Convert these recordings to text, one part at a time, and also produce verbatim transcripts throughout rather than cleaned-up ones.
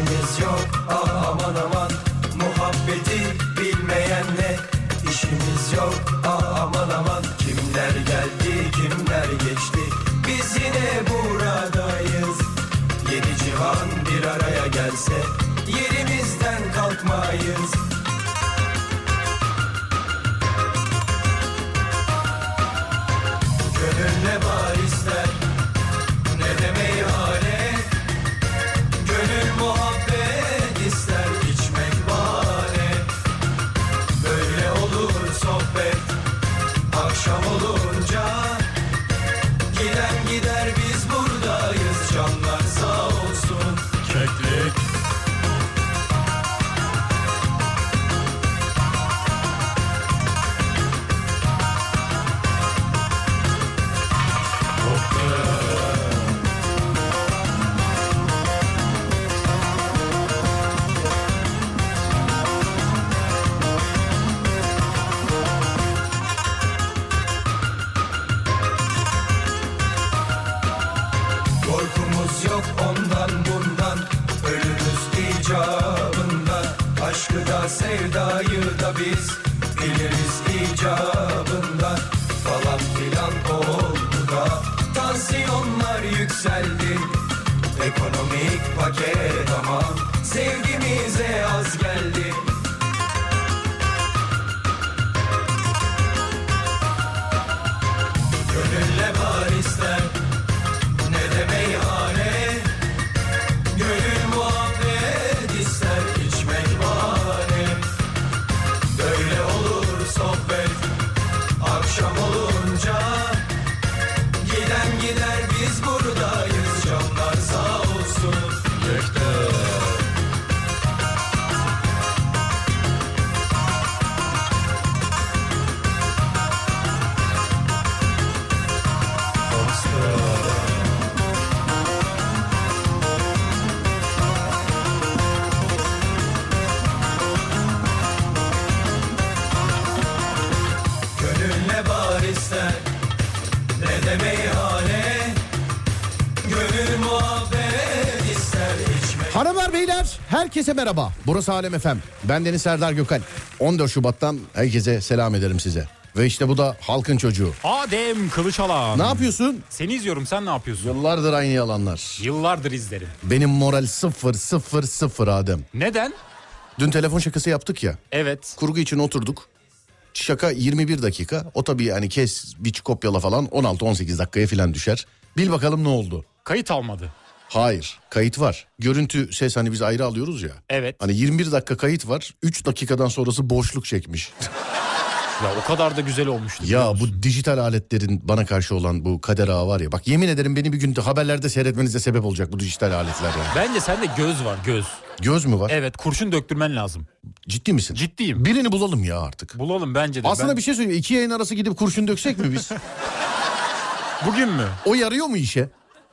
İşimiz yok ah aman aman, muhabbeti bilmeyenle işimiz yok ah aman aman. Kimler geldi kimler geçti, biz yine buradayız. Yedi cihan bir araya gelse yerimizden kalkmayız. Gönül ne var ister, ne de meyhane. Gönül muhabbet ister, içmek bahane. Böyle olur sohbet akşam olunca. Giden gider biz buradayız, canlar sağ olsun. Keklik. Aşkı da sevdayı da biz biliriz icabında. Falan filan oldu da tansiyonlar yükseldi. Ekonomik paket ama sevgimize az geldi. Gönül ne var ister, ne de meyhane. Gönül muhabbet ister, içmek bahane. Böyle olur sohbet akşam olunca. Giden gider biz buradayız, canlar sağ olsun. Yekte. Ne de meyhane, gönül muhabbet ister, içmek. Hanımlar beyler herkese merhaba. Burası Alem F M. Ben Deniz Serdar Gökal. on dört Şubat'tan herkese selam ederim size. Ve işte bu da halkın çocuğu. Adem Kılıçalan. Ne yapıyorsun? Seni izliyorum, sen ne yapıyorsun? Yıllardır aynı yalanlar. Yıllardır izlerim. Benim moral sıfır sıfır sıfır Adem. Neden? Dün telefon şakası yaptık ya. Evet. Kurgu için oturduk. Şaka yirmi bir dakika. O tabii yani kes, biç, kopyala falan on altı on sekiz dakikaya falan düşer. Bil bakalım ne oldu? Kayıt almadı. Hayır, kayıt var. Görüntü, ses hani biz ayrı alıyoruz ya. Evet. Hani yirmi bir dakika kayıt var. üç dakikadan sonrası boşluk çekmiş. Ya o kadar da güzel olmuştu. Ya bu dijital aletlerin bana karşı olan bu kader ağı var ya. Bak yemin ederim beni bir gün haberlerde seyretmenize sebep olacak bu dijital aletler yani. Bence sende göz var, göz. Göz mü var? Evet, kurşun döktürmen lazım. Ciddi misin? Ciddiyim. Birini bulalım ya artık. Bulalım bence de. Aslında ben... bir şey söyleyeyim. İki yayın arası gidip kurşun döksek mi biz? Bugün mü? O yarıyor mu işe?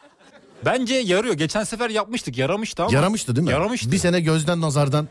Bence yarıyor. Geçen sefer yapmıştık, yaramıştı ama. Yaramıştı değil mi? Yaramıştı. Bir sene gözden nazardan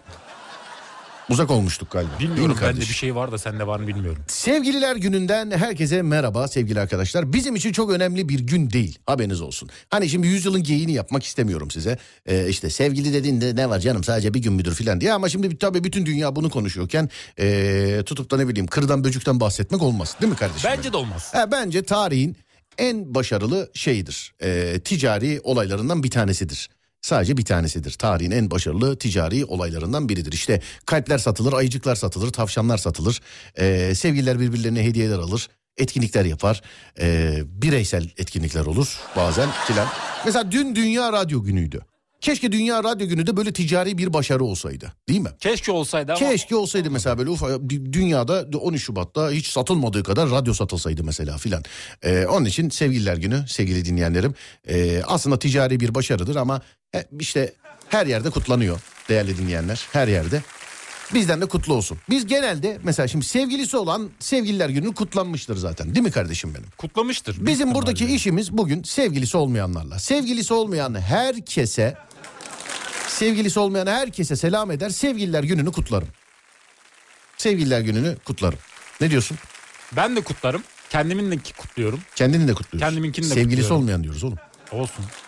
uzak olmuştuk galiba. Bilmiyorum, bende bir şey var da sende var mı bilmiyorum. Sevgililer gününden herkese merhaba sevgili arkadaşlar. Bizim için çok önemli bir gün değil, haberiniz olsun. Hani şimdi yüzyılın geyiğini yapmak istemiyorum size. Ee, işte sevgili dediğinde ne var canım, sadece bir gün müdür filan diye. Ama şimdi tabii bütün dünya bunu konuşuyorken ee, tutup da ne bileyim kırdan böcükten bahsetmek olmaz değil mi kardeşim? Bence de olmaz. Ha, bence tarihin en başarılı şeyidir. Ee, ticari olaylarından bir tanesidir. Sadece bir tanesidir. Tarihin en başarılı ticari olaylarından biridir. İşte kalpler satılır, ayıcıklar satılır, tavşanlar satılır. Ee, sevgililer birbirlerine hediyeler alır, etkinlikler yapar. Ee, bireysel etkinlikler olur bazen filan. Mesela dün Dünya Radyo Günü'ydü. Keşke Dünya Radyo Günü de böyle ticari bir başarı olsaydı, değil mi? Keşke olsaydı ama. Keşke olsaydı mesela böyle ufak, dünyada on üç Şubat'ta hiç satılmadığı kadar radyo satılsaydı mesela filan. Ee, onun için sevgililer günü sevgili dinleyenlerim. Ee, aslında ticari bir başarıdır ama işte her yerde kutlanıyor değerli dinleyenler, her yerde. Bizden de kutlu olsun. Biz genelde mesela şimdi sevgilisi olan sevgililer günü kutlanmıştır zaten, değil mi kardeşim benim? Kutlamıştır. Bizim buradaki işimiz bugün sevgilisi olmayanlarla. Sevgilisi olmayan herkese, sevgilisi olmayan herkese selam eder, sevgililer gününü kutlarım. Sevgililer gününü kutlarım. Ne diyorsun? Ben de kutlarım. Kendimin de kutluyorum. Kendini de kutluyorsun. Kendiminkini de Sevgilisi kutluyorum. olmayan diyoruz oğlum. Olsun.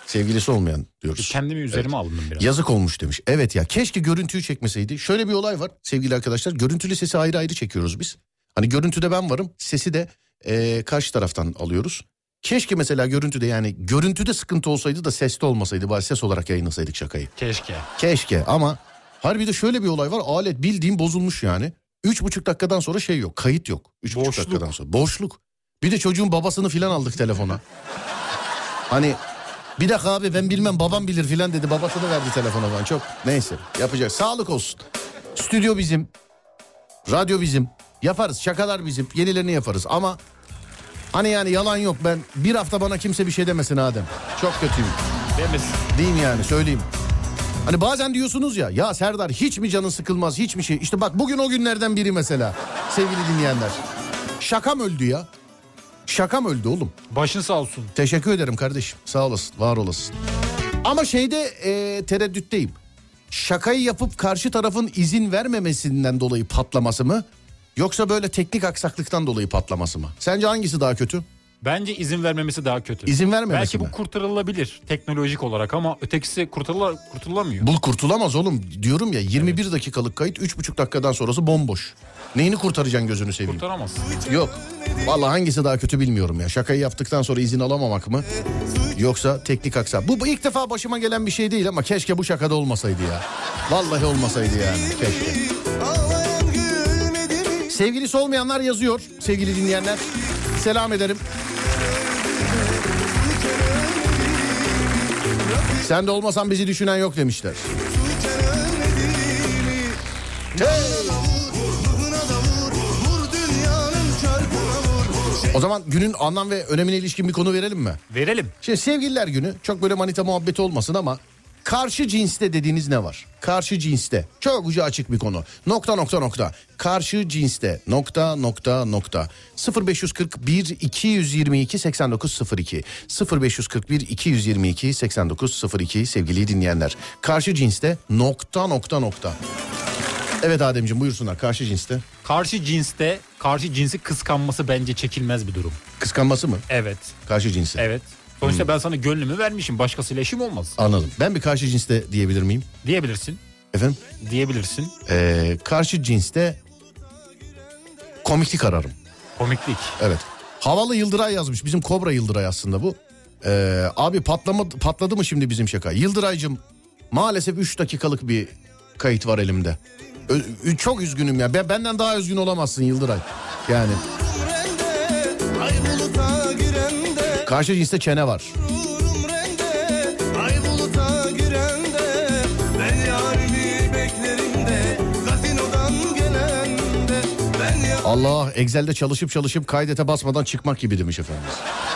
Sevgilisi olmayan diyoruz. Kendimi üzerime Evet. alındım biraz. Yazık olmuş demiş. Evet ya, keşke görüntüyü çekmeseydi. Şöyle bir olay var sevgili arkadaşlar. Görüntülü sesi ayrı ayrı çekiyoruz biz. Hani görüntüde ben varım, sesi de e, karşı taraftan alıyoruz. Keşke mesela görüntüde, yani görüntüde sıkıntı olsaydı da seste olmasaydı. Bari ses olarak yayınlasaydık şakayı. Keşke. Keşke ama harbide şöyle bir olay var. Alet bildiğin bozulmuş yani. Üç buçuk dakikadan sonra şey yok, kayıt yok. Üç buçuk Boşluk. dakikadan sonra. Boşluk. Bir de çocuğun babasını filan aldık telefona. Hani bir dakika abi ben bilmem babam bilir filan dedi. Babasını verdi telefona falan. Çok neyse yapacak. Sağlık olsun. Stüdyo bizim. Radyo bizim. Yaparız, şakalar bizim. Yenilerini yaparız ama hani yani yalan yok. Ben bir hafta bana kimse bir şey demesin Adem. Çok kötüyüm. Demesin. Diyeyim yani, söyleyeyim. Hani bazen diyorsunuz ya, ya Serdar hiç mi canın sıkılmaz, hiç mi şey. İşte bak bugün o günlerden biri mesela sevgili dinleyenler. Şakam öldü ya. Şakam öldü oğlum. Başın sağ olsun. Teşekkür ederim kardeşim. Sağ olasın, var olasın. Ama şeyde e, tereddütteyim. Şakayı yapıp karşı tarafın izin vermemesinden dolayı patlaması mı? Yoksa böyle teknik aksaklıktan dolayı patlaması mı? Sence hangisi daha kötü? Bence izin vermemesi daha kötü. İzin vermemesi Belki mi? bu kurtarılabilir teknolojik olarak ama ötekisi kurtarıla, kurtulamıyor. Bu kurtulamaz oğlum. Diyorum ya, yirmi bir evet. dakikalık kayıt, üç buçuk dakikadan sonrası bomboş. Neyini kurtaracaksın gözünü seveyim? Kurtaramaz. Yok. Vallahi hangisi daha kötü bilmiyorum ya. Şakayı yaptıktan sonra izin alamamak mı? Yoksa teknik aksak. Bu, bu ilk defa başıma gelen bir şey değil ama keşke bu şakada olmasaydı ya. Vallahi olmasaydı yani. Keşke. Sevgilisi olmayanlar yazıyor sevgili dinleyenler. Selam ederim. Sen de olmasan bizi düşünen yok demişler. Hey! O zaman günün anlam ve önemine ilişkin bir konu verelim mi? Verelim. Şimdi sevgililer günü, çok böyle manita muhabbeti olmasın ama karşı cinste dediğiniz ne var? Karşı cinste. Çok ucu açık bir konu. Nokta nokta nokta. Karşı cinste. Nokta nokta nokta. sıfır beş kırk bir iki yüz yirmi iki seksen dokuz sıfır iki. sıfır beş kırk bir iki yüz yirmi iki seksen dokuz sıfır iki sevgili dinleyenler. Karşı cinste. Nokta nokta nokta. Evet Ademciğim, buyursunlar. Karşı cinste. Karşı cinste, karşı cinsi kıskanması bence çekilmez bir durum. Kıskanması mı? Evet. Karşı cinsi. Evet. Sonuçta hmm. ben sana gönlümü vermişim. Başkasıyla işim olmaz. Anladım. Ben bir karşı cinste diyebilir miyim? Diyebilirsin. Efendim? Diyebilirsin. Ee, karşı cinste komiklik ararım. Komiklik. Evet. Havalı Yıldıray yazmış. Bizim Kobra Yıldıray aslında bu. Ee, abi patlama, patladı mı şimdi bizim şaka? Yıldıraycığım, maalesef üç dakikalık bir kayıt var elimde. Ö- çok üzgünüm ya. Ben, benden daha üzgün olamazsın Yıldıray. Yani. Karşı cinste çene var. Allah, Excel'de çalışıp çalışıp kaydete basmadan çıkmak gibi demiş efendimiz.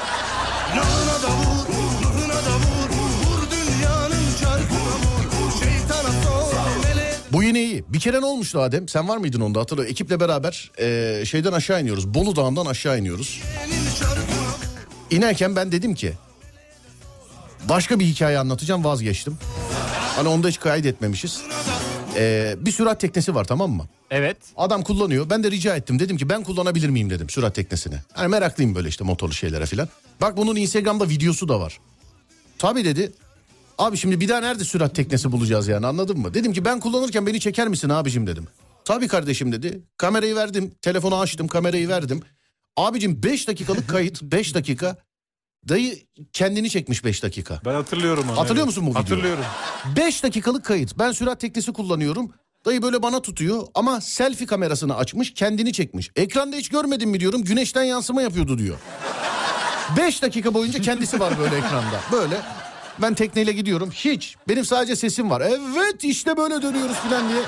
Bu yine iyi. Bir kere ne olmuştu Adem? Sen var mıydın onda, hatırlıyorum. Ekiple beraber e, şeyden aşağı iniyoruz. Bolu Dağı'ndan aşağı iniyoruz. İnerken ben dedim ki başka bir hikaye anlatacağım, vazgeçtim. Hani onda hiç kaydetmemişiz. Ee, bir sürat teknesi var, tamam mı? Evet. Adam kullanıyor. Ben de rica ettim. Dedim ki ben kullanabilir miyim dedim sürat teknesini. Hani meraklıyım böyle işte motorlu şeylere filan. Bak bunun Instagram'da videosu da var. Tabii dedi. Abi şimdi bir daha nerede sürat teknesi bulacağız yani, anladın mı? Dedim ki ben kullanırken beni çeker misin abicim dedim. Tabii kardeşim dedi. Kamerayı verdim. Telefonu açtım, kamerayı verdim. Abicim beş dakikalık kayıt. beş dakika. Dayı kendini çekmiş beş dakika. Ben hatırlıyorum onu. Hatırlıyor evet. musun bu videoyu? Hatırlıyorum. beş dakikalık kayıt. Ben sürat teknesi kullanıyorum. Dayı böyle bana tutuyor ama selfie kamerasını açmış, kendini çekmiş. Ekranda hiç görmedim mi diyorum, güneşten yansıma yapıyordu diyor. beş dakika boyunca kendisi var böyle ekranda. Böyle ben tekneyle gidiyorum, hiç. Benim sadece sesim var. Evet işte böyle dönüyoruz falan diye.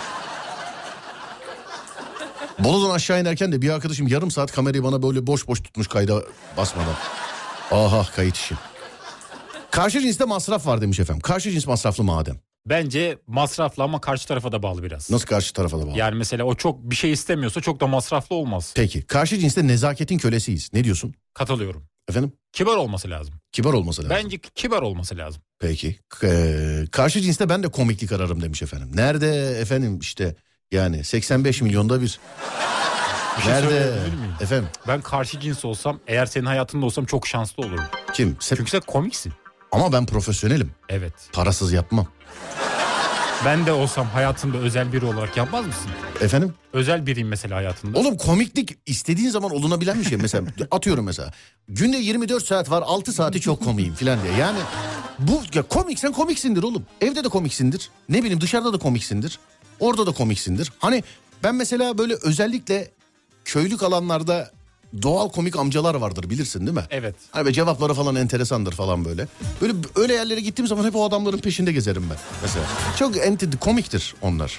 Bolu'dan aşağı inerken de bir arkadaşım yarım saat kamerayı bana böyle boş boş tutmuş kayda basmadan. Aha, kayıt işi. Karşı cinste masraf var demiş efendim. Karşı cins masraflı mı Adem? Bence masraflı ama karşı tarafa da bağlı biraz. Nasıl karşı tarafa da bağlı? Yani mesela o çok bir şey istemiyorsa çok da masraflı olmaz. Peki karşı cinste nezaketin kölesiyiz. Ne diyorsun? Katılıyorum. Efendim? Kibar olması lazım. Kibar olması lazım. Bence kibar olması lazım. Peki. Ee, karşı cinste ben de komiklik ararım demiş efendim. Nerede efendim işte yani seksen beş milyonda bir. Bir şey Nerede miyim? efendim? Ben karşı cins olsam, eğer senin hayatında olsam çok şanslı olurum. Kim? Sen... Çünkü sen komiksin. Ama ben profesyonelim. Evet. Parasız yapmam. Ben de olsam hayatında özel biri olarak yapmaz mısın? Efendim? Özel biriyim mesela hayatında. Oğlum komiklik istediğin zaman olunabilen bir şey. Mesela atıyorum mesela. Günde yirmi dört saat var, altı saati çok komiyim falan diye. Yani bu ya komiksen komiksindir oğlum. Evde de komiksindir. Ne bileyim dışarıda da komiksindir. Orada da komiksindir. Hani ben mesela böyle özellikle köylük alanlarda doğal komik amcalar vardır bilirsin değil mi? Evet. Hani cevapları falan enteresandır falan böyle. Böyle öyle yerlere gittiğim zaman hep o adamların peşinde gezerim ben mesela. Çok enti komiktir onlar.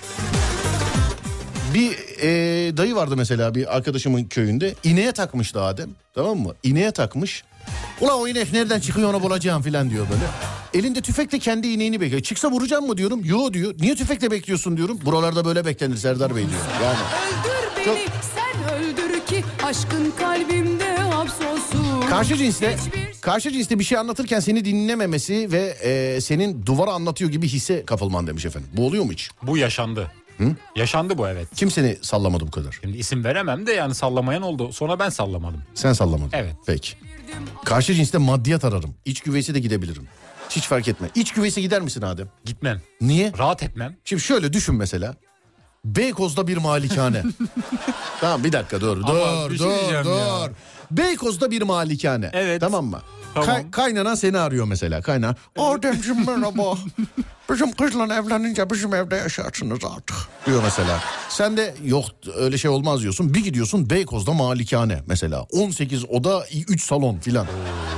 Bir e, dayı vardı mesela bir arkadaşımın köyünde. İneğe takmıştı Adem, tamam mı? İneğe takmış. Ulan o inek nereden çıkıyor onu bulacağım falan diyor böyle. Elinde tüfekle kendi ineğini bekliyor. Çıksa vuracağım mı diyorum. Yo diyor. Niye tüfekle bekliyorsun diyorum. Buralarda böyle beklenir Serdar Bey diyor. Yani. Öldür beni Çok... sen öldür ki aşkın kalbimde hapsolsun. Karşı cinsle, karşı cinsle bir şey anlatırken seni dinlememesi ve e, senin duvara anlatıyor gibi hisse kapılman demiş efendim. Bu oluyor mu hiç? Bu yaşandı. Hı? Yaşandı bu, evet. Kim seni sallamadı bu kadar? Şimdi isim veremem de yani sallamayan oldu. Sonra ben sallamadım. Sen sallamadın. Evet. Peki. Karşı cinste maddiyat ararım. İç güveysi de gidebilirim. Hiç fark etme. İç güveysi gider misin Adem? Gitmem. Niye? Rahat etmem. Şimdi şöyle düşün mesela. Beykoz'da bir malikane. Tamam bir dakika dur Ama dur bir şey dur diyeceğim dur. ya. Beykoz'da bir malikane. Evet. Tamam mı? Tamam. Kay- kaynanan seni arıyor mesela. Kaynanan. Ademciğim merhaba. Bizim kızla evlenince bizim evde yaşarsınız artık diyor mesela. Sen de yok öyle şey olmaz diyorsun. Bir gidiyorsun Beykoz'da malikane mesela. on sekiz oda üç salon filan.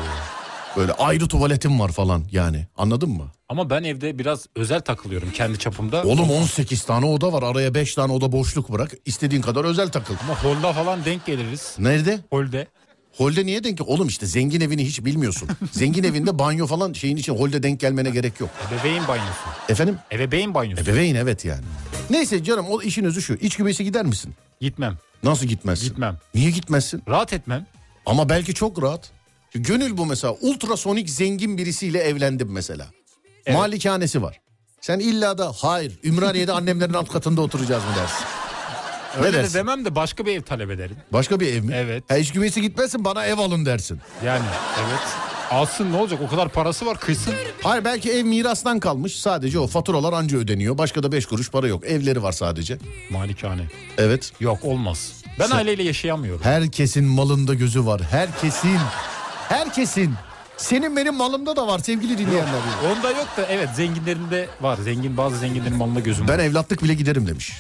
Böyle ayrı tuvaletim var falan yani. Anladın mı? Ama ben evde biraz özel takılıyorum kendi çapımda. Oğlum on sekiz tane oda var. Araya beş tane oda boşluk bırak. İstediğin kadar özel takıl. Ama holda falan denk geliriz. Nerede? Holde. Holde niye denk? Oğlum işte zengin evini hiç bilmiyorsun. Zengin evinde banyo falan şeyin için holde denk gelmene gerek yok. Ebeveyn banyosu. Efendim? Ebeveyn banyosu. Ebeveyn evet yani. Neyse canım o işin özü şu. İç güveysi gider misin? Gitmem. Nasıl gitmezsin? Gitmem. Niye gitmezsin? Rahat etmem. Ama belki çok rahat. Gönül bu mesela. Ultrasonik zengin birisiyle evlendim mesela. Evet. Malikanesi var. Sen illa da hayır Ümraniye'de annemlerin alt katında oturacağız mı dersin? Öyle de dersin? demem de başka bir ev talep ederim. Başka bir ev mi? Evet. Ha, iç güveysi gitmezsin bana ev alın dersin. Yani evet. Alsın ne olacak, o kadar parası var, kıysın. Hayır belki ev mirastan kalmış sadece o faturalar anca ödeniyor. Başka da beş kuruş para yok. Evleri var sadece. Malikane. Evet. Yok olmaz. Ben Sen- aileyle yaşayamıyorum. Herkesin malında gözü var. Herkesin. Herkesin. Senin benim malımda da var sevgili dinleyenler. Onda yok da evet zenginlerinde var. Zengin bazı zenginlerin malında gözüm var. Ben evlatlık bile giderim demiş.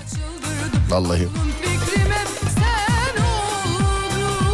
Vallahi. Fikrim hep sen oldun.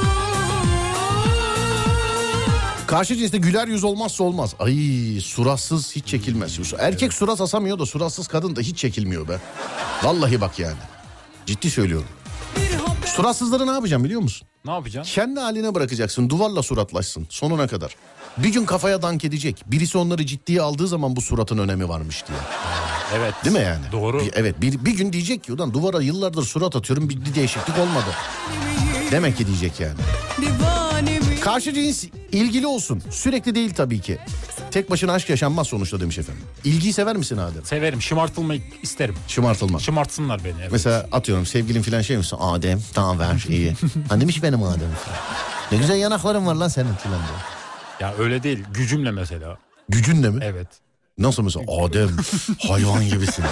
Karşı cinste güler yüz olmazsa olmaz. Ay suratsız hiç çekilmez. Erkek surat asamıyor da suratsız kadın da hiç çekilmiyor be. Vallahi bak yani. Ciddi söylüyorum. Suratsızları ne yapacağım biliyor musun? Ne yapacaksın? Kendi haline bırakacaksın. Duvarla suratlaşsın sonuna kadar. Bir gün kafaya dank edecek. Birisi onları ciddiye aldığı zaman bu suratın önemi varmış diye. Evet. Değil mi yani? Doğru. Bir, evet bir, bir gün diyecek ki ulan duvara yıllardır surat atıyorum bir, bir değişiklik olmadı. Demek ki diyecek yani. Divanemi. Karşı cins ilgili olsun. Sürekli değil tabii ki. Tek başına aşk yaşanmaz sonuçta demiş efendim. İlgiyi sever misin Adem? Severim. Şımartılmayı isterim. Şımartılma. Şımartsınlar beni. Evet. Mesela atıyorum sevgilin falan şey misin? Adem tamam ver iyi. Ha demiş benim Adem falan. Ne güzel yanakların var lan senin falan diyor. Ya öyle değil. Gücümle mesela. Gücünle mi? Evet. Nasıl mesela? Adem hayvan gibisin.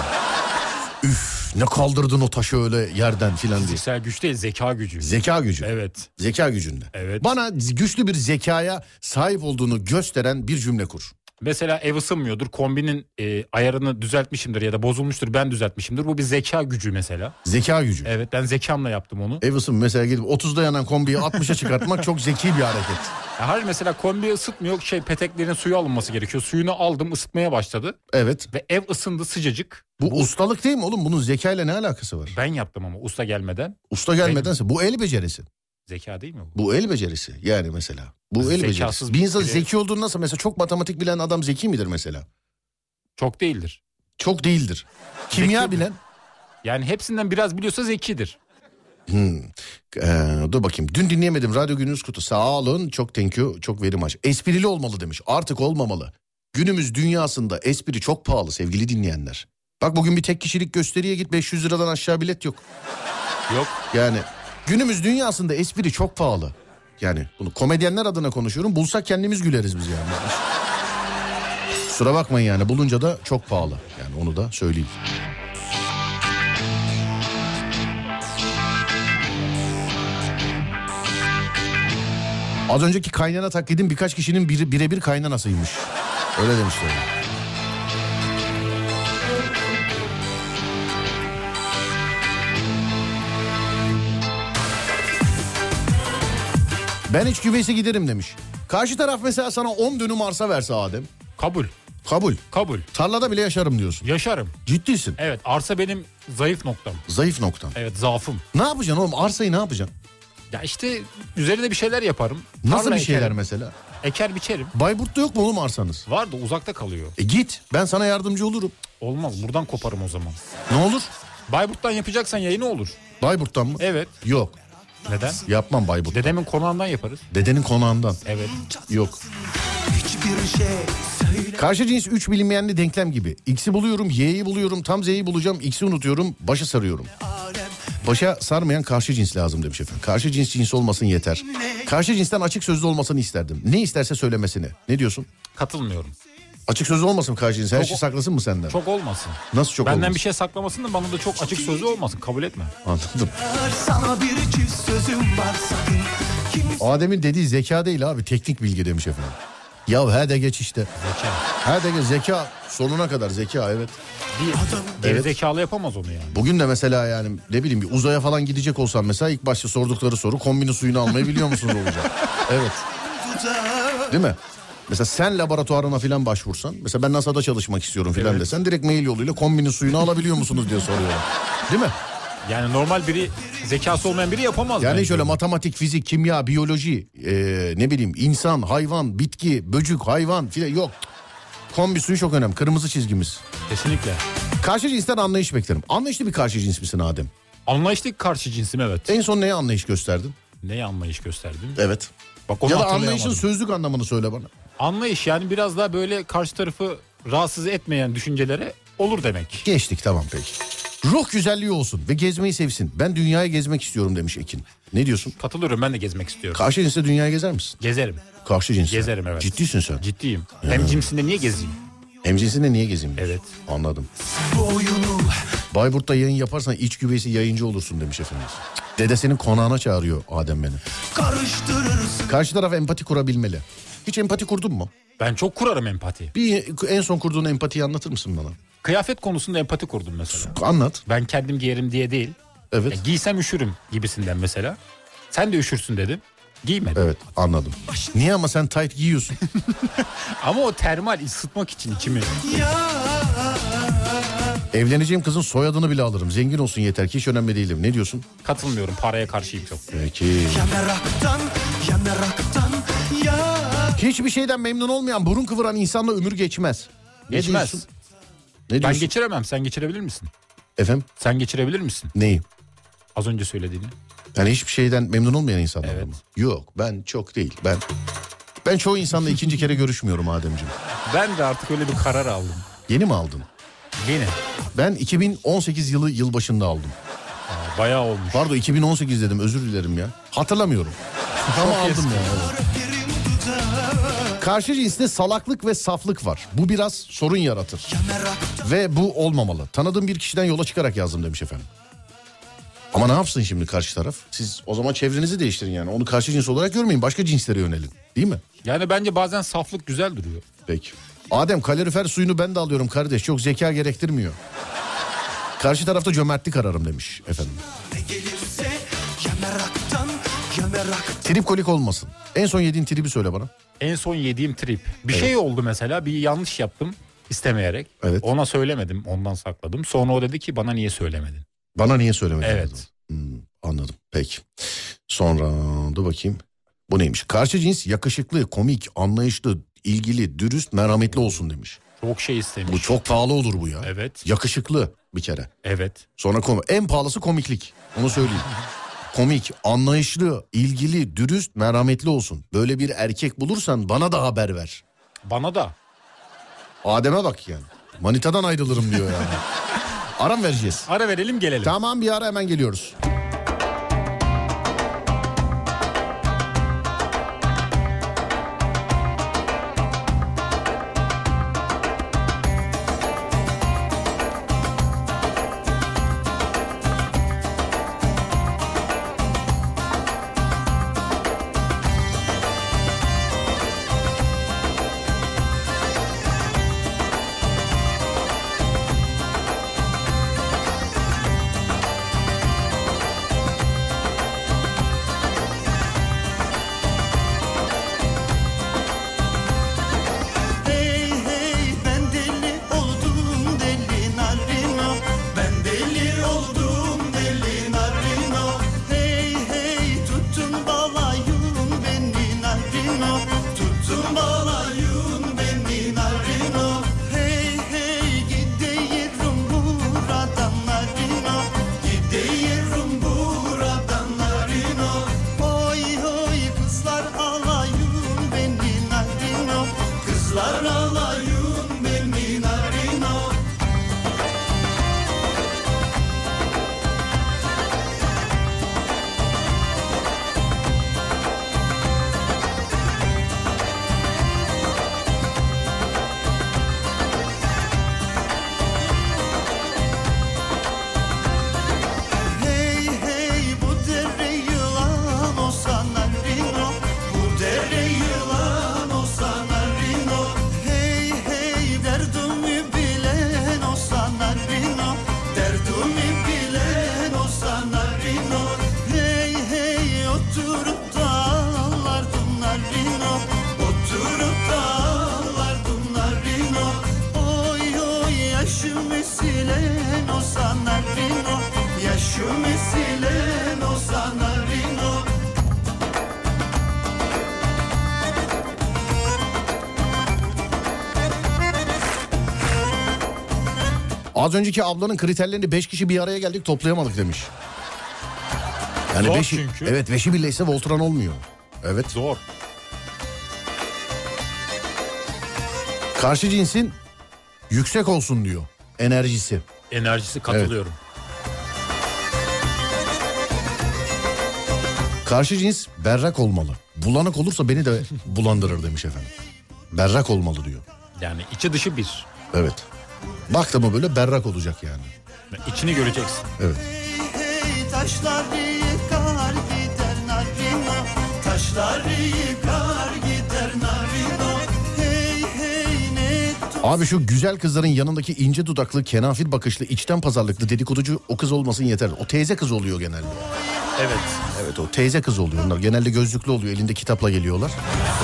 Üf ne kaldırdın o taşı öyle yerden filan diye. Fiziksel güç değil, zeka gücü. Zeka gücü. Evet. Zeka gücünde. Evet. Bana güçlü bir zekaya sahip olduğunu gösteren bir cümle kur. Mesela ev ısınmıyordur. Kombinin e, ayarını düzeltmişimdir ya da bozulmuştur. Ben düzeltmişimdir. Bu bir zeka gücü mesela. Zeka gücü. Evet, ben zekamla yaptım onu. Ev ısın mesela gidip otuzda yanan kombiyi altmışa çıkartmak çok zeki bir hareket. Ya hayır, mesela kombi ısıtmıyor. Şey, peteklerin suyu alınması gerekiyor. Suyunu aldım, ısıtmaya başladı. Evet. Ve ev ısındı sıcacık. Bu, bu ustalık değil mi oğlum? Bunun zekayla ne alakası var? Ben yaptım ama usta gelmeden. Usta gelmedense bu el becerisi. Zeka değil mi bu? Bu el becerisi yani mesela. Bu el Zekasız becerisi. Bir insan biri- zeki olduğunu nasıl mesela çok matematik bilen adam zeki midir mesela? Çok değildir. Çok değildir. Kimya Zeki mi? bilen. Yani hepsinden biraz biliyorsa zekidir. Hmm. Ee, dur bakayım. Dün dinleyemedim. Radyo Gününüz Kutu. Sağ olun. Çok thank you. Çok verim aç. Esprili olmalı demiş. Artık olmamalı. Günümüz dünyasında espri çok pahalı sevgili dinleyenler. Bak bugün bir tek kişilik gösteriye git beş yüz liradan aşağı bilet yok. Yok. Yani günümüz dünyasında espri çok pahalı. Yani bunu komedyenler adına konuşuyorum. Bulsak kendimiz güleriz biz yani. Kusura bakmayın yani, bulunca da çok pahalı. Yani onu da söyleyeyim. Az önceki kaynana taklidim birkaç kişinin bire, birebir kaynanasıymış. Öyle demişler. Ben iç güveysi giderim demiş. Karşı taraf mesela sana on dönüm arsa verse Adem. Kabul. Kabul. Kabul. Tarlada bile yaşarım diyorsun. Yaşarım. Ciddisin. Evet, arsa benim zayıf noktam. Zayıf noktan. Evet, zaafım. Ne yapacaksın oğlum? Arsayı ne yapacaksın? Ya işte üzerine bir şeyler yaparım. Nasıl Tarla bir şeyler ekerim. mesela? Eker biçerim. Bayburt'ta yok mu oğlum arsanız? Var da uzakta kalıyor. E git, ben sana yardımcı olurum. Olmaz, buradan koparım o zaman. Ne olur? Bayburt'tan yapacaksan yayını olur. Bayburt'tan mı? Evet. Yok. Neden? Yapmam Bayburt'tan. Dedemin konağından yaparız. Dedenin konağından. Evet. Yok. Hiçbir şey söyle. Karşı cins üç bilinmeyenli denklem gibi. X'i buluyorum, Y'yi buluyorum, tam Z'yi bulacağım, X'i unutuyorum, başa sarıyorum. Başa sarmayan karşı cins lazım demiş efendim. Karşı cins cins olmasın yeter. Karşı cinsten açık sözlü olmasını isterdim. Ne isterse söylemesini. Ne diyorsun? Katılmıyorum. Açık sözlü olmasın karşı cins. Her Çok- şey saklasın mı senden? Çok olmasın. Nasıl çok Benden olmasın? bir şey saklamasın da bana da çok açık sözü olmasın. Kabul etme. Anladım. Sana bir çift sözüm var sakın. Kim Adem'in dediği zeka değil abi, teknik bilgi demiş efendim. Ya he de geç işte. Zeka. He de geç, zeka sonuna kadar zeka, evet. Bir gerizekalı yapamaz onu yani. Bugün de mesela yani ne bileyim bir uzaya falan gidecek olsam mesela ilk başta sordukları soru kombinin suyunu almayı biliyor musunuz olacak. Evet. Değil mi? Mesela sen laboratuvarına falan başvursan, mesela ben NASA'da çalışmak istiyorum falan Evet. desen direkt mail yoluyla kombinin suyunu alabiliyor musunuz diye soruyorlar. Değil mi? Yani normal biri, zekası olmayan biri yapamaz. Yani bence şöyle onu. matematik, fizik, kimya, biyoloji, ee, ne bileyim insan, hayvan, bitki, böcük, hayvan filan yok. Kombi suyu çok önemli. Kırmızı çizgimiz. Kesinlikle. Karşı cinsten anlayış beklerim. Anlayışlı bir karşı cins misin Adem? Anlayışlı karşı cinsim, evet. En son neye anlayış gösterdin? Neye anlayış gösterdim? Evet. Bak onu Ya da hatırlayamadım. anlayışın sözlük anlamını söyle bana. Anlayış yani biraz daha böyle karşı tarafı rahatsız etmeyen düşüncelere olur demek. Geçtik, tamam peki. Ruh güzelliği olsun ve gezmeyi sevsin. Ben dünyayı gezmek istiyorum demiş Ekin. Ne diyorsun? Katılıyorum, ben de gezmek istiyorum. Karşı cinsle dünyayı gezer misin? Gezerim. Karşı cinsle. Gezerim, evet. Ciddisin sen. Ciddiyim. Hem cinsinde niye gezeyim? Hem cinsinde niye gezeyim? diyorsun? Evet. Anladım. bu oyunu Bayburt'ta yayın yaparsan iç güveysi yayıncı olursun demiş efendimiz. Dedesinin konağına çağırıyor Adem beni. karıştırırsın. Karşı taraf empati kurabilmeli. Hiç empati kurdun mu? Ben çok kurarım empati. Bir en son kurduğun empatiyi anlatır mısın bana? Kıyafet konusunda empati kurdum mesela. Anlat. Ben kendim giyerim diye değil. Evet. Ya giysem üşürüm gibisinden mesela. Sen de üşürsün dedim. Giymedim. Evet, anladım. Niye ama sen tight giyiyorsun? Ama o termal ısıtmak için içimi. Evleneceğim kızın soyadını bile alırım. Zengin olsun yeter ki, hiç önemli değilim. Ne diyorsun? Katılmıyorum, paraya karşıyım çok. Peki. Ya meraktan ya meraktan ya. Hiçbir şeyden memnun olmayan, burun kıvıran insanla ömür geçmez. Ne Geçmez. diyorsun? Ne Ben diyorsun? geçiremem, sen geçirebilir misin? Efendim? Sen geçirebilir misin? Neyi? Az önce söylediğini. Yani hiçbir şeyden memnun olmayan insanlar Evet. mı? Yok, ben çok değil. Ben ben çoğu insanla ikinci kere görüşmüyorum Ademciğim. Ben de artık öyle bir karar aldım. Yeni mi aldın? Yine. Ben iki bin on sekiz yılı yılbaşında aldım. Aa, bayağı olmuş. Pardon, iki bin on sekiz dedim, özür dilerim ya. Hatırlamıyorum. Ama aldım eski. ya. Evet. Karşı cinste salaklık ve saflık var. Bu biraz sorun yaratır. Ve bu olmamalı. Tanıdığım bir kişiden yola çıkarak yazdım demiş efendim. Ama ne yapsın şimdi karşı taraf? Siz o zaman çevrenizi değiştirin yani. Onu karşı cins olarak görmeyin. Başka cinslere yönelin. Değil mi? Yani bence bazen saflık güzel duruyor. Peki. Adem, kalorifer suyunu ben de alıyorum kardeş. Çok zeka gerektirmiyor. Karşı tarafta cömertlik ararım demiş efendim. Ne gelirse ya meraktan ya meraktan. Trip kolik olmasın. En son yediğin tribi söyle bana. En son yediğim trip. Bir Evet. şey oldu mesela, bir yanlış yaptım istemeyerek. Evet. Ona söylemedim, ondan sakladım. Sonra o dedi ki bana niye söylemedin? Bana niye söylemedin? Evet. Hmm, anladım. Peki. Sonra dur bakayım. Bu neymiş? Karşı cins yakışıklı, komik, anlayışlı, ilgili, dürüst, merhametli olsun demiş. Çok şey istemiş. Bu çok pahalı olur bu ya. Evet. Yakışıklı bir kere. Evet. Sonra komik. En pahalısı komiklik. Onu söyleyeyim. Komik, anlayışlı, ilgili, dürüst, merhametli olsun. Böyle bir erkek bulursan bana da haber ver. Bana da. Adem'e bak yani. Manitadan ayrılırım diyor yani. Aram vereceğiz. Ara verelim, gelelim. Tamam, bir ara, hemen geliyoruz. Az önceki ablanın kriterlerini beş kişi bir araya geldik toplayamadık demiş. Yani Zor beşi, çünkü. evet beşi birleşse Voltron olmuyor. Evet. Zor. Karşı cinsin yüksek olsun diyor enerjisi. Enerjisi katılıyorum. Karşı cins berrak olmalı. Bulanık olursa beni de bulandırır demiş efendim. Berrak olmalı diyor. Yani içi dışı bir. Evet. Baktı mı böyle berrak olacak yani. İçini göreceksin. Evet. Hey taşlar yıkar gider narino, taşlar yıkar gider narino. Hey hey ne Abi şu güzel kızların yanındaki ince dudaklı, kenafir bakışlı, içten pazarlıklı dedikoducu o kız olmasın yeter. O teyze kız oluyor genelde. Evet. Evet o teyze kız oluyor onlar. Genelde gözlüklü oluyor, elinde kitapla geliyorlar.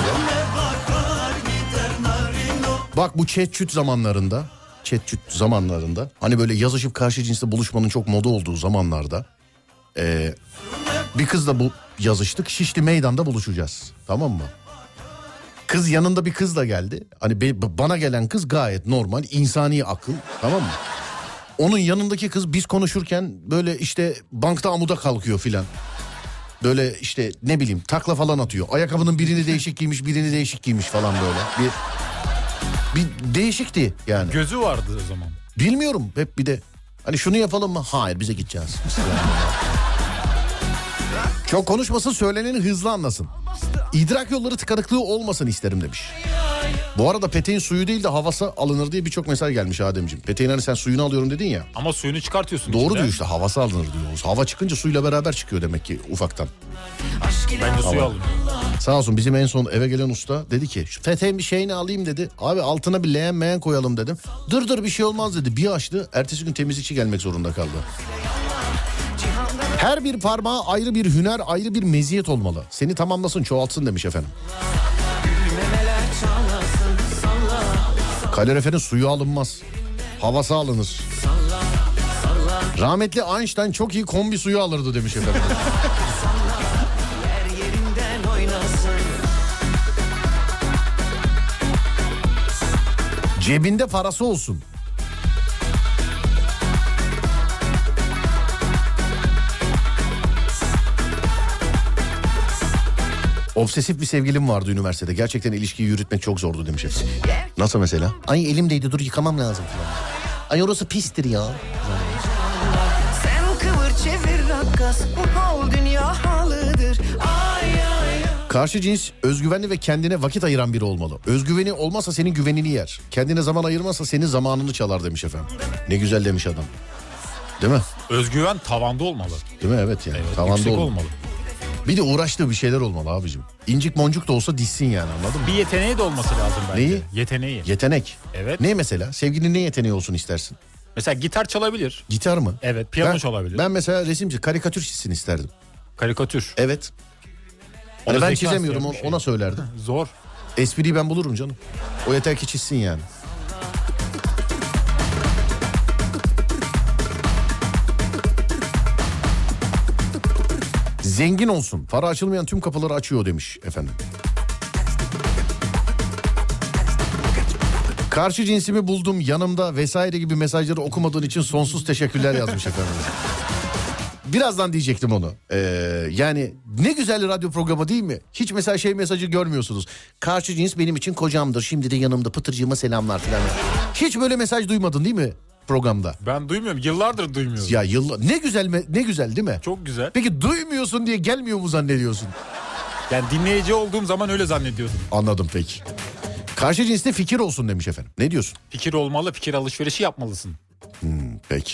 Bak bu chat-chut zamanlarında, chat-chut zamanlarında hani böyle yazışıp karşı cinsle buluşmanın çok moda olduğu zamanlarda ee, bir kızla bu yazıştık. Şişli Meydan'da buluşacağız. Tamam mı? Kız yanında bir kızla geldi. Hani be, bana gelen kız gayet normal, insani akıl. Tamam mı? Onun yanındaki kız biz konuşurken böyle işte bankta amuda kalkıyor filan. Böyle işte ne bileyim takla falan atıyor. Ayakkabının birini değişik giymiş, birini değişik giymiş falan böyle. Bir bir değişikti yani. Gözü vardı o zaman. Bilmiyorum hep bir de hani şunu yapalım mı? Hayır bize gideceğiz. Çok konuşmasın, söyleneni hızlı anlasın. İdrak yolları tıkanıklığı olmasın isterim demiş. Bu arada peteğin suyu değil de havası alınır diye birçok mesaj gelmiş Ademciğim. Peteğin hani sen suyunu alıyorum dedin ya. Ama suyunu çıkartıyorsun. Doğru içinden. diyor işte, havası alınır diyoruz. Hava çıkınca suyla beraber çıkıyor demek ki ufaktan. Bence suyu alın. Sağ olsun bizim en son eve gelen usta dedi ki şu peteğin bir şeyini alayım dedi. Abi altına bir leğen meğen koyalım dedim. Dur dur bir şey olmaz dedi. Bir açtı, ertesi gün temizlikçi gelmek zorunda kaldı. Her bir parmağa ayrı bir hüner, ayrı bir meziyet olmalı. Seni tamamlasın, çoğaltsın demiş efendim. Kaloriferin suyu alınmaz. Havası alınır. Rahmetli Einstein çok iyi kombi suyu alırdı demiş efendim. Cebinde parası olsun. Obsesif bir sevgilim vardı üniversitede. Gerçekten ilişkiyi yürütmek çok zordu demiş efendim. Nasıl mesela? Ay elimdeydi, dur yıkamam lazım falan. Ay orası pistir ya. Sen kıvır çevir rakkas, bu kol dünya halıdır. Ay ay. Karşı cins özgüvenli ve kendine vakit ayıran biri olmalı. Özgüveni olmazsa senin güvenini yer. Kendine zaman ayırmazsa senin zamanını çalar demiş efendim. Ne güzel demiş adam. Değil mi? Özgüven tavanda olmalı. Değil mi? Evet yani. Evet, Tavanda yüksek olmalı. olmalı. Bir de uğraştığı bir şeyler olmalı abicim. İncik moncuk da olsa dişsin yani, anladın mı? Bir yeteneği de olması lazım bence. Neyi? Yeteneği. Yetenek. Evet. Ne mesela? Sevgilinin ne yeteneği olsun istersin? Mesela gitar çalabilir. Gitar mı? Evet, piyano ben, çalabilir. Ben mesela resimci, karikatür çizsin isterdim. Karikatür. Evet. O Hani da ben zeka çizemiyorum, isteyen bir şey. ona söylerdim. Zor. Espriyi ben bulurum canım. O yeter ki çizsin yani. Zengin olsun. Para açılmayan tüm kapıları açıyor demiş efendim. Karşı cinsimi buldum yanımda vesaire gibi mesajları okumadığın için sonsuz teşekkürler yazmış efendim. Birazdan diyecektim onu. Ee, yani ne güzel radyo programı değil mi? Hiç mesela şey mesajı görmüyorsunuz. Karşı cins benim için kocamdır. Şimdi de yanımda pıtırcığıma selamlar falan. Hiç böyle mesaj duymadın değil mi programda? Ben duymuyorum. Yıllardır duymuyorum. Ya yıllar ne güzel me- ne güzel değil mi? Çok güzel. Peki duymuyorsun diye gelmiyor mu zannediyorsun? Yani dinleyici olduğum zaman öyle zannediyordum. Anladım peki. Karşı cinste fikir olsun demiş efendim. Ne diyorsun? Fikir olmalı, fikir alışverişi yapmalısın. Hmm, peki.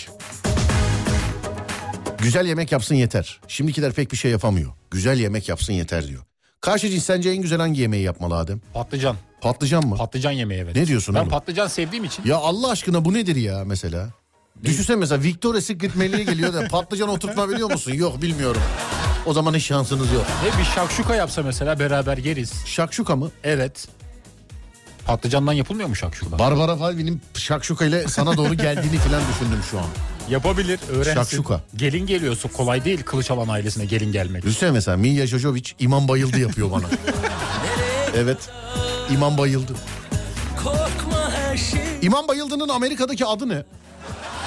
Güzel yemek yapsın yeter. Şimdikiler pek bir şey yapamıyor. Güzel yemek yapsın yeter diyor. Karşı cins sence en güzel hangi yemeği yapmalı Adem? Patlıcan. Patlıcan mı? Patlıcan yemeği evet. Ne diyorsun Ben oğlum? patlıcan sevdiğim için. Ya Allah aşkına bu nedir ya mesela? Düşünsene mesela Victoria's Secret menüye geliyor da patlıcan oturtma biliyor musun? Yok bilmiyorum. O zaman hiç şansınız yok. Ne bir şakşuka yapsa mesela beraber yeriz. Şakşuka mı? Evet. Patlıcandan yapılmıyor mu şakşuka? Barbara Falvi'nin şakşuka ile sana doğru geldiğini falan düşündüm şu an. Yapabilir, öğrensin. Şakşuka. Gelin geliyorsa kolay değil Kılıçalan ailesine gelin gelmek. Düşünsene mesela Milya Jojovic İmam Bayıldı yapıyor bana. Evet. İmam Bayıldı. korkma her şey. İmam Bayıldı'nın Amerika'daki adı ne?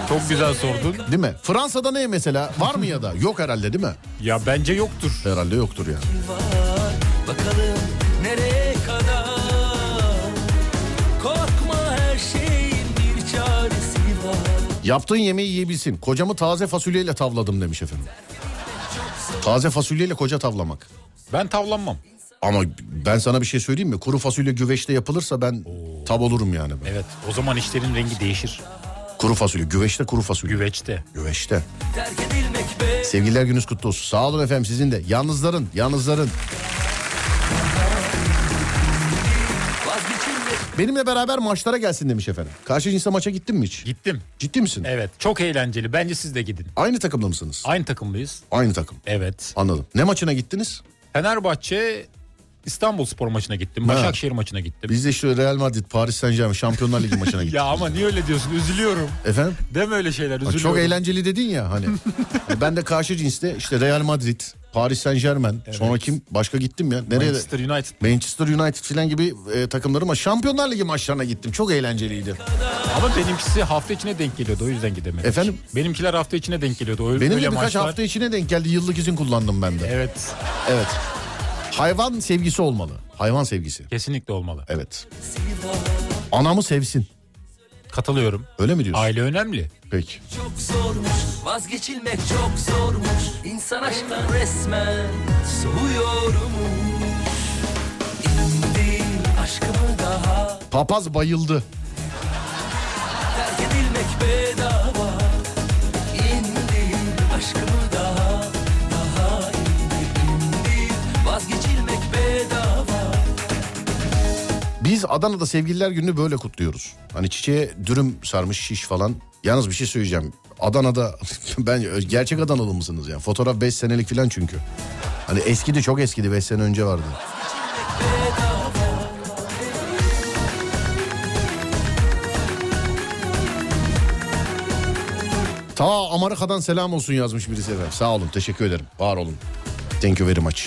Çok güzel sordun. Değil mi? Fransa'da ne mesela? Var mı ya da? Yok herhalde değil mi? Ya bence yoktur. Herhalde yoktur yani. var. Bakalım nereye kadar? Korkma, her şeyin bir çaresi var. Yaptığın yemeği yiyebilsin. Kocamı taze fasulyeyle tavladım demiş efendim. Taze fasulyeyle koca tavlamak. Ben tavlanmam. Ama ben sana bir şey söyleyeyim mi? Kuru fasulye güveçte yapılırsa ben Oo. tav olurum yani. Ben. Evet, o zaman işlerin rengi değişir. Kuru fasulye, güveçte kuru fasulye. Güveçte. Güveçte. Sevgililer gününüz kutlu olsun. Sağ olun efendim, sizin de. Yalnızların, yalnızların. Benimle beraber maçlara gelsin demiş efendim. Karşı cinsle maça gittin mi hiç? Gittim. Ciddi misin? Evet, çok eğlenceli. Bence siz de gidin. Aynı takımda mısınız? Aynı takımlıyız. Aynı takım. Evet. Anladım. Ne maçına gittiniz? Fenerbahçe İstanbulspor maçına gittim. Ha. Başakşehir maçına gittim. Biz de işte Real Madrid, Paris Saint-Germain Şampiyonlar Ligi maçına gittik. Ya ama niye öyle diyorsun? Üzülüyorum. Efendim? Deme öyle şeyler, üzülüyorum. Çok eğlenceli dedin ya hani. Hani ben de karşı cinste işte Real Madrid, Paris Saint-Germain, evet. Sonra kim? Başka gittim ya. Nereye? Manchester United. Manchester United falan gibi e, takımları ama Şampiyonlar Ligi maçlarına gittim. Çok eğlenceliydi. Ama benimkisi hafta içine denk geliyordu, o yüzden gidemedim. Efendim? Benimkiler hafta içine denk geliyordu. Öyle, Benim öyle de birkaç maçlar... hafta içine denk geldi. Yıllık izin kullandım ben de. Evet. Evet. Hayvan sevgisi olmalı. Hayvan sevgisi. Kesinlikle olmalı. Evet. Anamı sevsin. Katılıyorum. Öyle mi diyorsun? Aile önemli. Peki. Çok zormuş, vazgeçilmek çok zormuş. İnsan aşktan resmen soğuyormuş. İndir aşkımı daha. Papaz bayıldı. Terk edilmek bedava. İndir aşkımı daha. Daha indir, indir. Vazgeçilmek bedava. Biz Adana'da Sevgililer Günü'nü böyle kutluyoruz. Hani çiçeğe dürüm sarmış şiş falan. Yalnız bir şey söyleyeceğim. Adana'da ben gerçek Adanalı mısınız ya? Fotoğraf beş senelik falan çünkü. Hani eskidi, çok eskidi, beş sene önce vardı. Ta Amerika'dan selam olsun yazmış birisi efendim. Sağ olun, teşekkür ederim. Var olun. Thank you very much.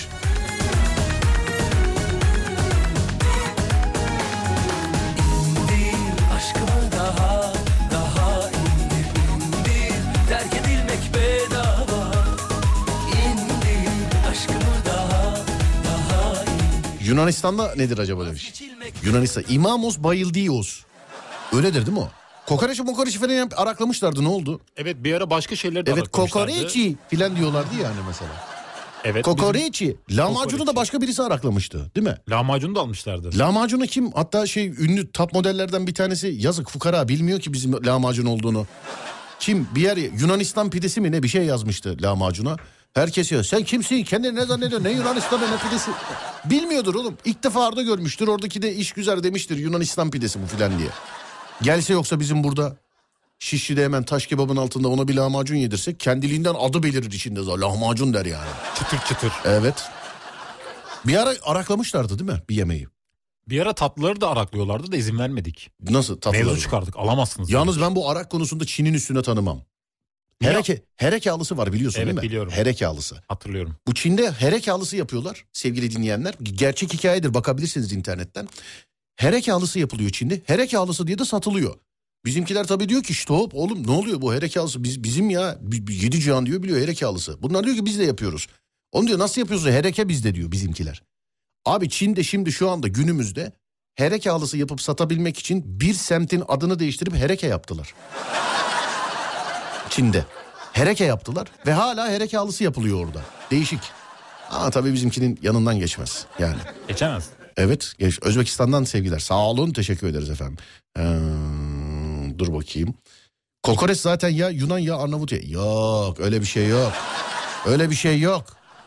Yunanistan'da nedir acaba demiş. Yunanistan. İmamos Bayıldios. Öyledir değil mi o? Kokoreçi mokoreçi falan araklamışlardı, ne oldu? Evet, bir ara başka şeyler de evet, araklamışlardı. Evet, kokoreçi falan diyorlardı yani mesela. Evet. Kokoreçi. Lahmacunu kokoreçi. da başka birisi araklamıştı değil mi? Lahmacunu da almışlardı. Lahmacunu kim? Hatta şey ünlü top modellerden bir tanesi, yazık fukara, bilmiyor ki bizim lahmacun olduğunu. Kim? Bir yer Yunanistan pidesi mi ne bir şey yazmıştı lahmacuna. Herkes ya, sen kimsin, kendini ne zannediyorsun, ne Yunanistan'da ne pidesi. Bilmiyordur oğlum, ilk defa orada görmüştür, oradaki de iş güzel demiştir, Yunanistan pidesi bu filan diye. Gelse yoksa bizim burada Şişli'de hemen taş kebabın altında ona bir lahmacun yedirsek kendiliğinden adı belirir içinde, lahmacun der yani. Çıtır çıtır. Evet. Bir ara araklamışlardı değil mi bir yemeği? Bir ara tatlıları da araklıyorlardı da izin vermedik. Nasıl tatlıları? Mevzu çıkardık, alamazsınız. Yalnız dedik. ben bu arak konusunda Çin'in üstüne tanımam. Hereke, herekalısı var biliyorsun evet, değil mi? biliyorum. Herekalısı. Hatırlıyorum. Bu Çin'de herekalısı yapıyorlar sevgili dinleyenler. Gerçek hikayedir, bakabilirsiniz internetten. Herekalısı yapılıyor Çin'de. Herekalısı diye de satılıyor. Bizimkiler tabii diyor ki stop oğlum, ne oluyor bu herekalısı biz, bizim ya yedi cihan diyor biliyor herekalısı. Bunlar diyor ki biz de yapıyoruz. Onu diyor nasıl yapıyorsun, hereke bizde diyor bizimkiler. Abi Çin'de şimdi şu anda günümüzde herekalısı yapıp satabilmek için bir semtin adını değiştirip hereke yaptılar. Çin'de. Hereke yaptılar ve hala hereke halısı yapılıyor orada. Değişik. Ama tabii bizimkinin yanından geçmez yani. Geçemez. Evet. Geç. Özbekistan'dan sevgiler. Sağ olun, teşekkür ederiz efendim. Ee, dur bakayım. Kokoreç zaten ya Yunan ya Arnavut ya. Yok, öyle bir şey yok. Öyle bir şey yok.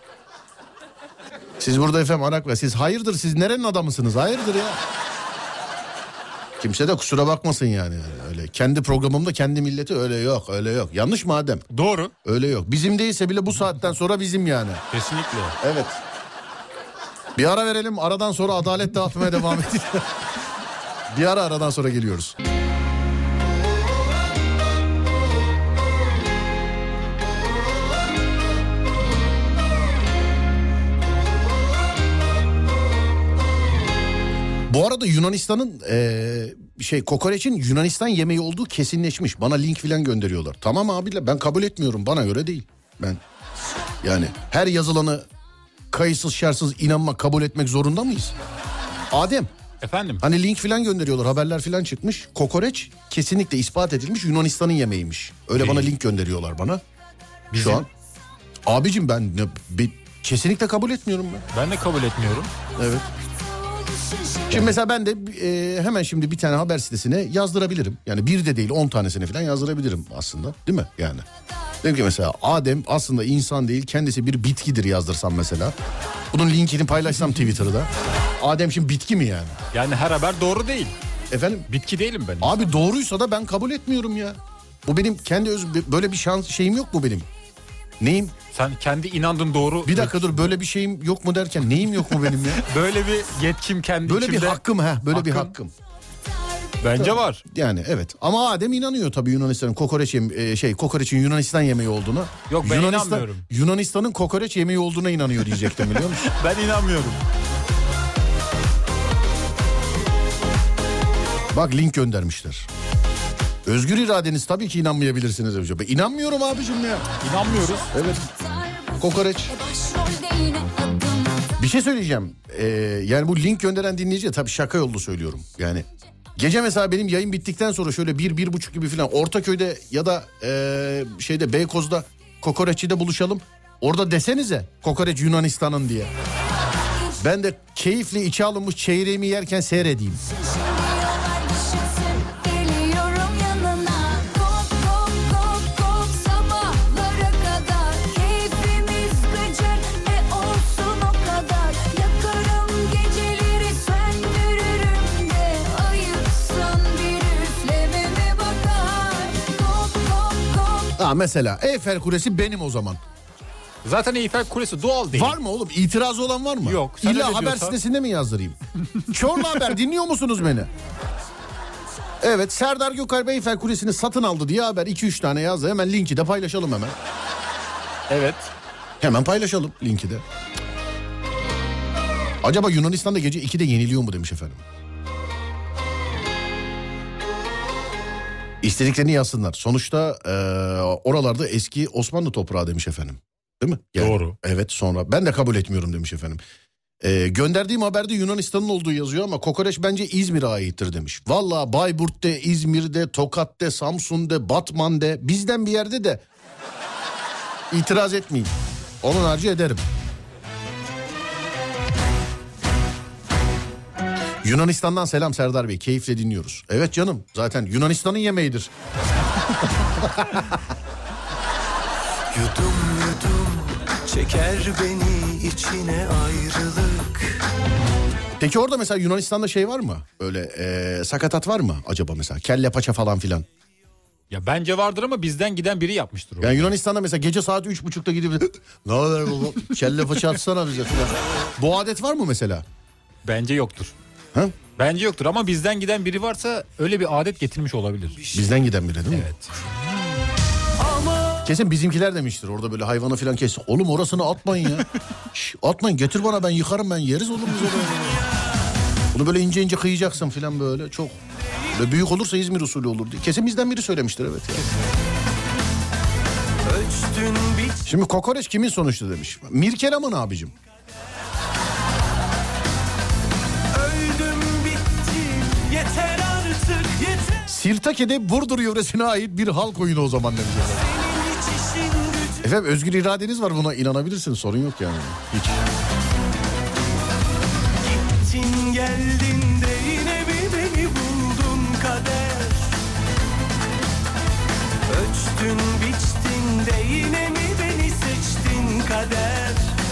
Siz burada efendim Arakla, siz hayırdır, siz nerenin adamısınız, hayırdır ya. Kimse de kusura bakmasın yani. Öyle kendi programımda kendi milleti öyle yok, öyle yok. Yanlış mı Adem? Doğru. Öyle yok. Bizim değilse bile bu saatten sonra bizim yani. Kesinlikle. Evet. Bir ara verelim, aradan sonra adalet dağıtmaya devam edeceğiz. Bir ara aradan sonra geliyoruz. Bu arada Yunanistan'ın e, şey kokoreçin Yunanistan yemeği olduğu kesinleşmiş. Bana link falan gönderiyorlar. Tamam abiler, ben kabul etmiyorum, bana göre değil. Ben yani her yazılanı kayıtsız şartsız inanmak, kabul etmek zorunda mıyız? Adem. Efendim? Hani link falan gönderiyorlar, haberler falan çıkmış. Kokoreç kesinlikle ispat edilmiş Yunanistan'ın yemeğiymiş. Öyle Değil. bana link gönderiyorlar bana. Bizim... Şu an. Abicim ben ne, bir, kesinlikle kabul etmiyorum ben. Ben de kabul etmiyorum. Evet. Şimdi mesela ben de e, hemen şimdi bir tane haber sitesine yazdırabilirim. Yani bir de değil on tanesini falan yazdırabilirim aslında, değil mi yani? Dedim ki mesela Adem aslında insan değil, kendisi bir bitkidir yazdırsam mesela. Bunun linkini paylaşsam Twitter'da. Adem şimdi bitki mi yani? Yani her haber doğru değil. Efendim? Bitki değilim ben. Abi doğruysa da ben kabul etmiyorum ya. Bu benim kendi öz, böyle bir şans şeyim yok mu benim? Neyim? Sen kendi inandın doğru. Bir dakika dur, böyle bir şeyim yok mu derken neyim yok mu benim ya? Böyle bir yetkim kendi Böyle içimde. bir hakkım ha, böyle Hakkım. bir hakkım. Bence var. Yani evet, ama Adem inanıyor tabii Yunanistan'ın kokoreç yeme- şey kokoreçin Yunanistan yemeği olduğuna. Yok, ben Yunanistan, inanmıyorum. Yunanistan'ın kokoreç yemeği olduğuna inanıyor diyecektim, biliyor musun? Ben inanmıyorum. Bak link göndermişler. Özgür iradeniz, tabii ki inanmayabilirsiniz hocam. Ben inanmıyorum abicim ya. İnanmıyoruz. Evet. Kokoreç. Bir şey söyleyeceğim. Ee, yani bu link gönderen dinleyiciye tabii şaka yollu söylüyorum. Yani gece mesela benim yayın bittikten sonra şöyle bir, bir buçuk gibi falan Ortaköy'de ya da ee, şeyde Beykoz'da kokoreççide buluşalım. Orada desenize kokoreç Yunanistan'ın diye. Ben de keyifli içe alınmış çeyreğimi yerken seyredeyim. Ha mesela Eyfel Kulesi benim o zaman. Zaten Eyfel Kulesi doğal değil. Var mı oğlum? İtirazı olan var mı? Yok, sen İlla öyle haber diyorsan. sitesinde mi yazdırayım? Çorlu Haber, dinliyor musunuz beni? Evet, Serdar Gökalp Eyfel Kulesi'ni satın aldı diye haber iki üç tane yazdı. Hemen linki de paylaşalım hemen. Evet. Hemen paylaşalım linki de. Acaba Yunanistan'da gece ikide yeniliyor mu demiş efendim. İstediklerini yazsınlar. Sonuçta e, oralarda eski Osmanlı toprağı demiş efendim. Değil mi? Yani, doğru. Evet, sonra ben de kabul etmiyorum demiş efendim. E, gönderdiğim haberde Yunanistan'ın olduğu yazıyor ama kokoreç bence İzmir'e aittir demiş. Valla Bayburt'te, İzmir'de, Tokat'te, Samsun'da, Batman'da, bizden bir yerde de itiraz etmeyin. Onun harcı ederim. Yunanistan'dan selam Serdar Bey. Keyifle dinliyoruz. Evet canım, zaten Yunanistan'ın yemeğidir. Yudum yudum çeker beni içine ayrılık. Peki orada mesela Yunanistan'da şey var mı? Böyle ee, sakatat var mı acaba mesela? Kelle paça falan filan. Ya bence vardır ama bizden giden biri yapmıştır o. Yani Yunanistan'da mesela gece saat üç buçukta gidip ne haber baba, kelle paça atsana bize filan. Bu adet var mı mesela? Bence yoktur. Ha? Bence yoktur ama bizden giden biri varsa öyle bir adet getirmiş olabilir. Bizden giden biri değil mi? Evet. Kesin bizimkiler demiştir orada böyle hayvanı filan kes. Oğlum orasını atmayın ya. Şş, atmayın, getir bana, ben yıkarım, ben yeriz oğlum biz orada. Bunu böyle ince ince kıyacaksın filan böyle çok. Böyle büyük olursa İzmir usulü olur diye. Kesin bizden biri söylemiştir, evet ya. Şimdi kokoreç kimin sonuçta demiş. Mirkelam'ın abicim. Öldüm bittim yeter artık yeter. Sirtake'de Burdur yöresine ait bir halk oyunu o zaman demiş. Efendim özgür iradeniz var, buna inanabilirsiniz, sorun yok yani. Hiç. Gittin geldin de yine bir beni buldun kader. Ölçtün biçtin de yine mi beni seçtin kader.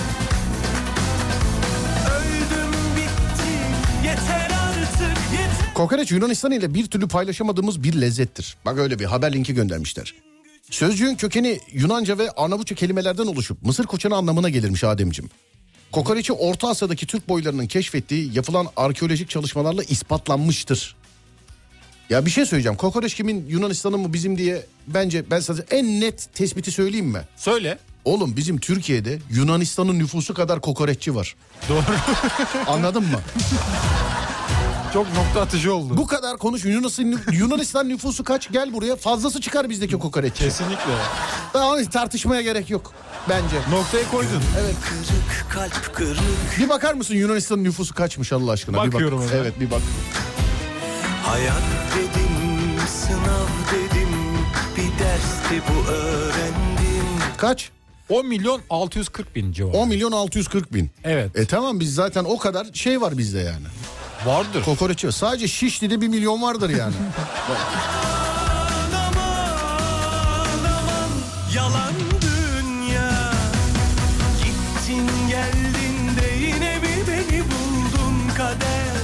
Öldüm bittim yeter artık yeter. Kokoreç Yunanistan ile bir türlü paylaşamadığımız bir lezzettir. Bak öyle bir haber linki göndermişler. Sözcüğün kökeni Yunanca ve Arnavutça kelimelerden oluşup Mısır koçanı anlamına gelirmiş Ademciğim. Kokoreçi Orta Asya'daki Türk boylarının keşfettiği yapılan arkeolojik çalışmalarla ispatlanmıştır. Ya bir şey söyleyeceğim. Kokoreç kimin, Yunanistan'ın mı bizim diye, bence ben sadece en net tespiti söyleyeyim mi? Söyle. Oğlum bizim Türkiye'de Yunanistan'ın nüfusu kadar kokoreççi var. Doğru. Anladın mı? Çok nokta atıcı oldu. Bu kadar konuş. Yunanistan, Yunanistan nüfusu kaç? Gel buraya. Fazlası çıkar bizdeki kokoreç. Kesinlikle. Daha tartışmaya gerek yok bence. Noktayı koydun. Evet. Kırık kalp kırık. Bir bakar mısın Yunanistan'ın nüfusu kaçmış Allah aşkına? Bakıyorum bir bak. hemen. Evet bir bak. Hayat dedim, sınav dedim, bir dersti bu öğrendim. Kaç? on milyon altı yüz kırk bin civarı. on milyon altı yüz kırk bin. Evet. E tamam biz zaten o kadar şey var bizde yani. Vardır. Kokoreç var. Sadece Şişli'de bir milyon vardır yani. Aman aman yalan dünya. Gittin geldin de yine mi beni buldun kader.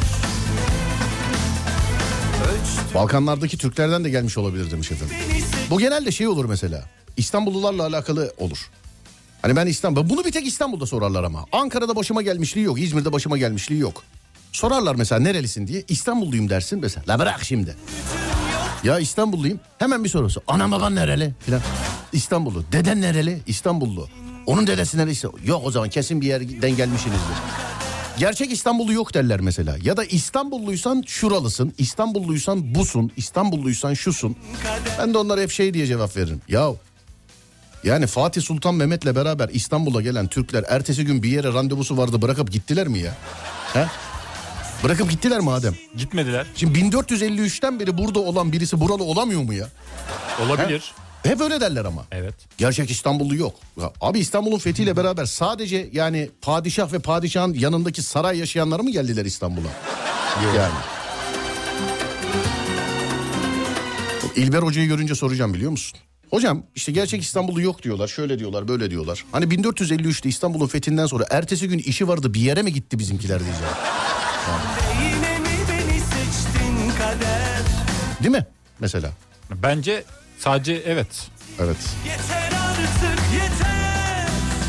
Ölçtün Balkanlardaki Türklerden de gelmiş olabilir demiş efendim. beni seç. Bu genelde şey olur mesela. İstanbullularla alakalı olur. Hani ben İstanbul, bunu bir tek İstanbul'da sorarlar ama. Ankara'da başıma gelmişliği yok, İzmir'de başıma gelmişliği yok. Sorarlar mesela nerelisin diye. İstanbulluyum dersin mesela. La bırak şimdi. Ya İstanbulluyum. Hemen bir sorusu. Anam baban nereli? Falan. İstanbullu. Deden nereli? İstanbullu. Onun dedesi neresi? Yok o zaman kesin bir yerden gelmişsinizdir. Gerçek İstanbullu yok derler mesela. Ya da İstanbulluysan şuralısın. İstanbulluysan busun. İstanbulluysan şusun. Ben de onlara hep şey diye cevap veririm. Ya yani Fatih Sultan Mehmet'le beraber İstanbul'a gelen Türkler ertesi gün bir yere randevusu vardı bırakıp gittiler mi ya? He? Bırakıp gittiler mi Adem? Gitmediler. Şimdi bin dört yüz elli üçten beri burada olan birisi buralı olamıyor mu ya? Olabilir. Hep öyle derler ama. Evet. Gerçek İstanbullu yok. Ya abi İstanbul'un fethiyle beraber sadece yani padişah ve padişahın yanındaki saray yaşayanlar mı geldiler İstanbul'a? Yani. İlber Hoca'yı görünce soracağım biliyor musun? Hocam işte gerçek İstanbullu yok diyorlar. Şöyle diyorlar, böyle diyorlar. Hani bin dört yüz elli üçte İstanbul'un fethinden sonra ertesi gün işi vardı bir yere mi gitti bizimkiler diyeceğim. Yine mi beni seçtin kader. Değil mi? Mesela. Bence sadece evet. Evet. Yeter artık yeter.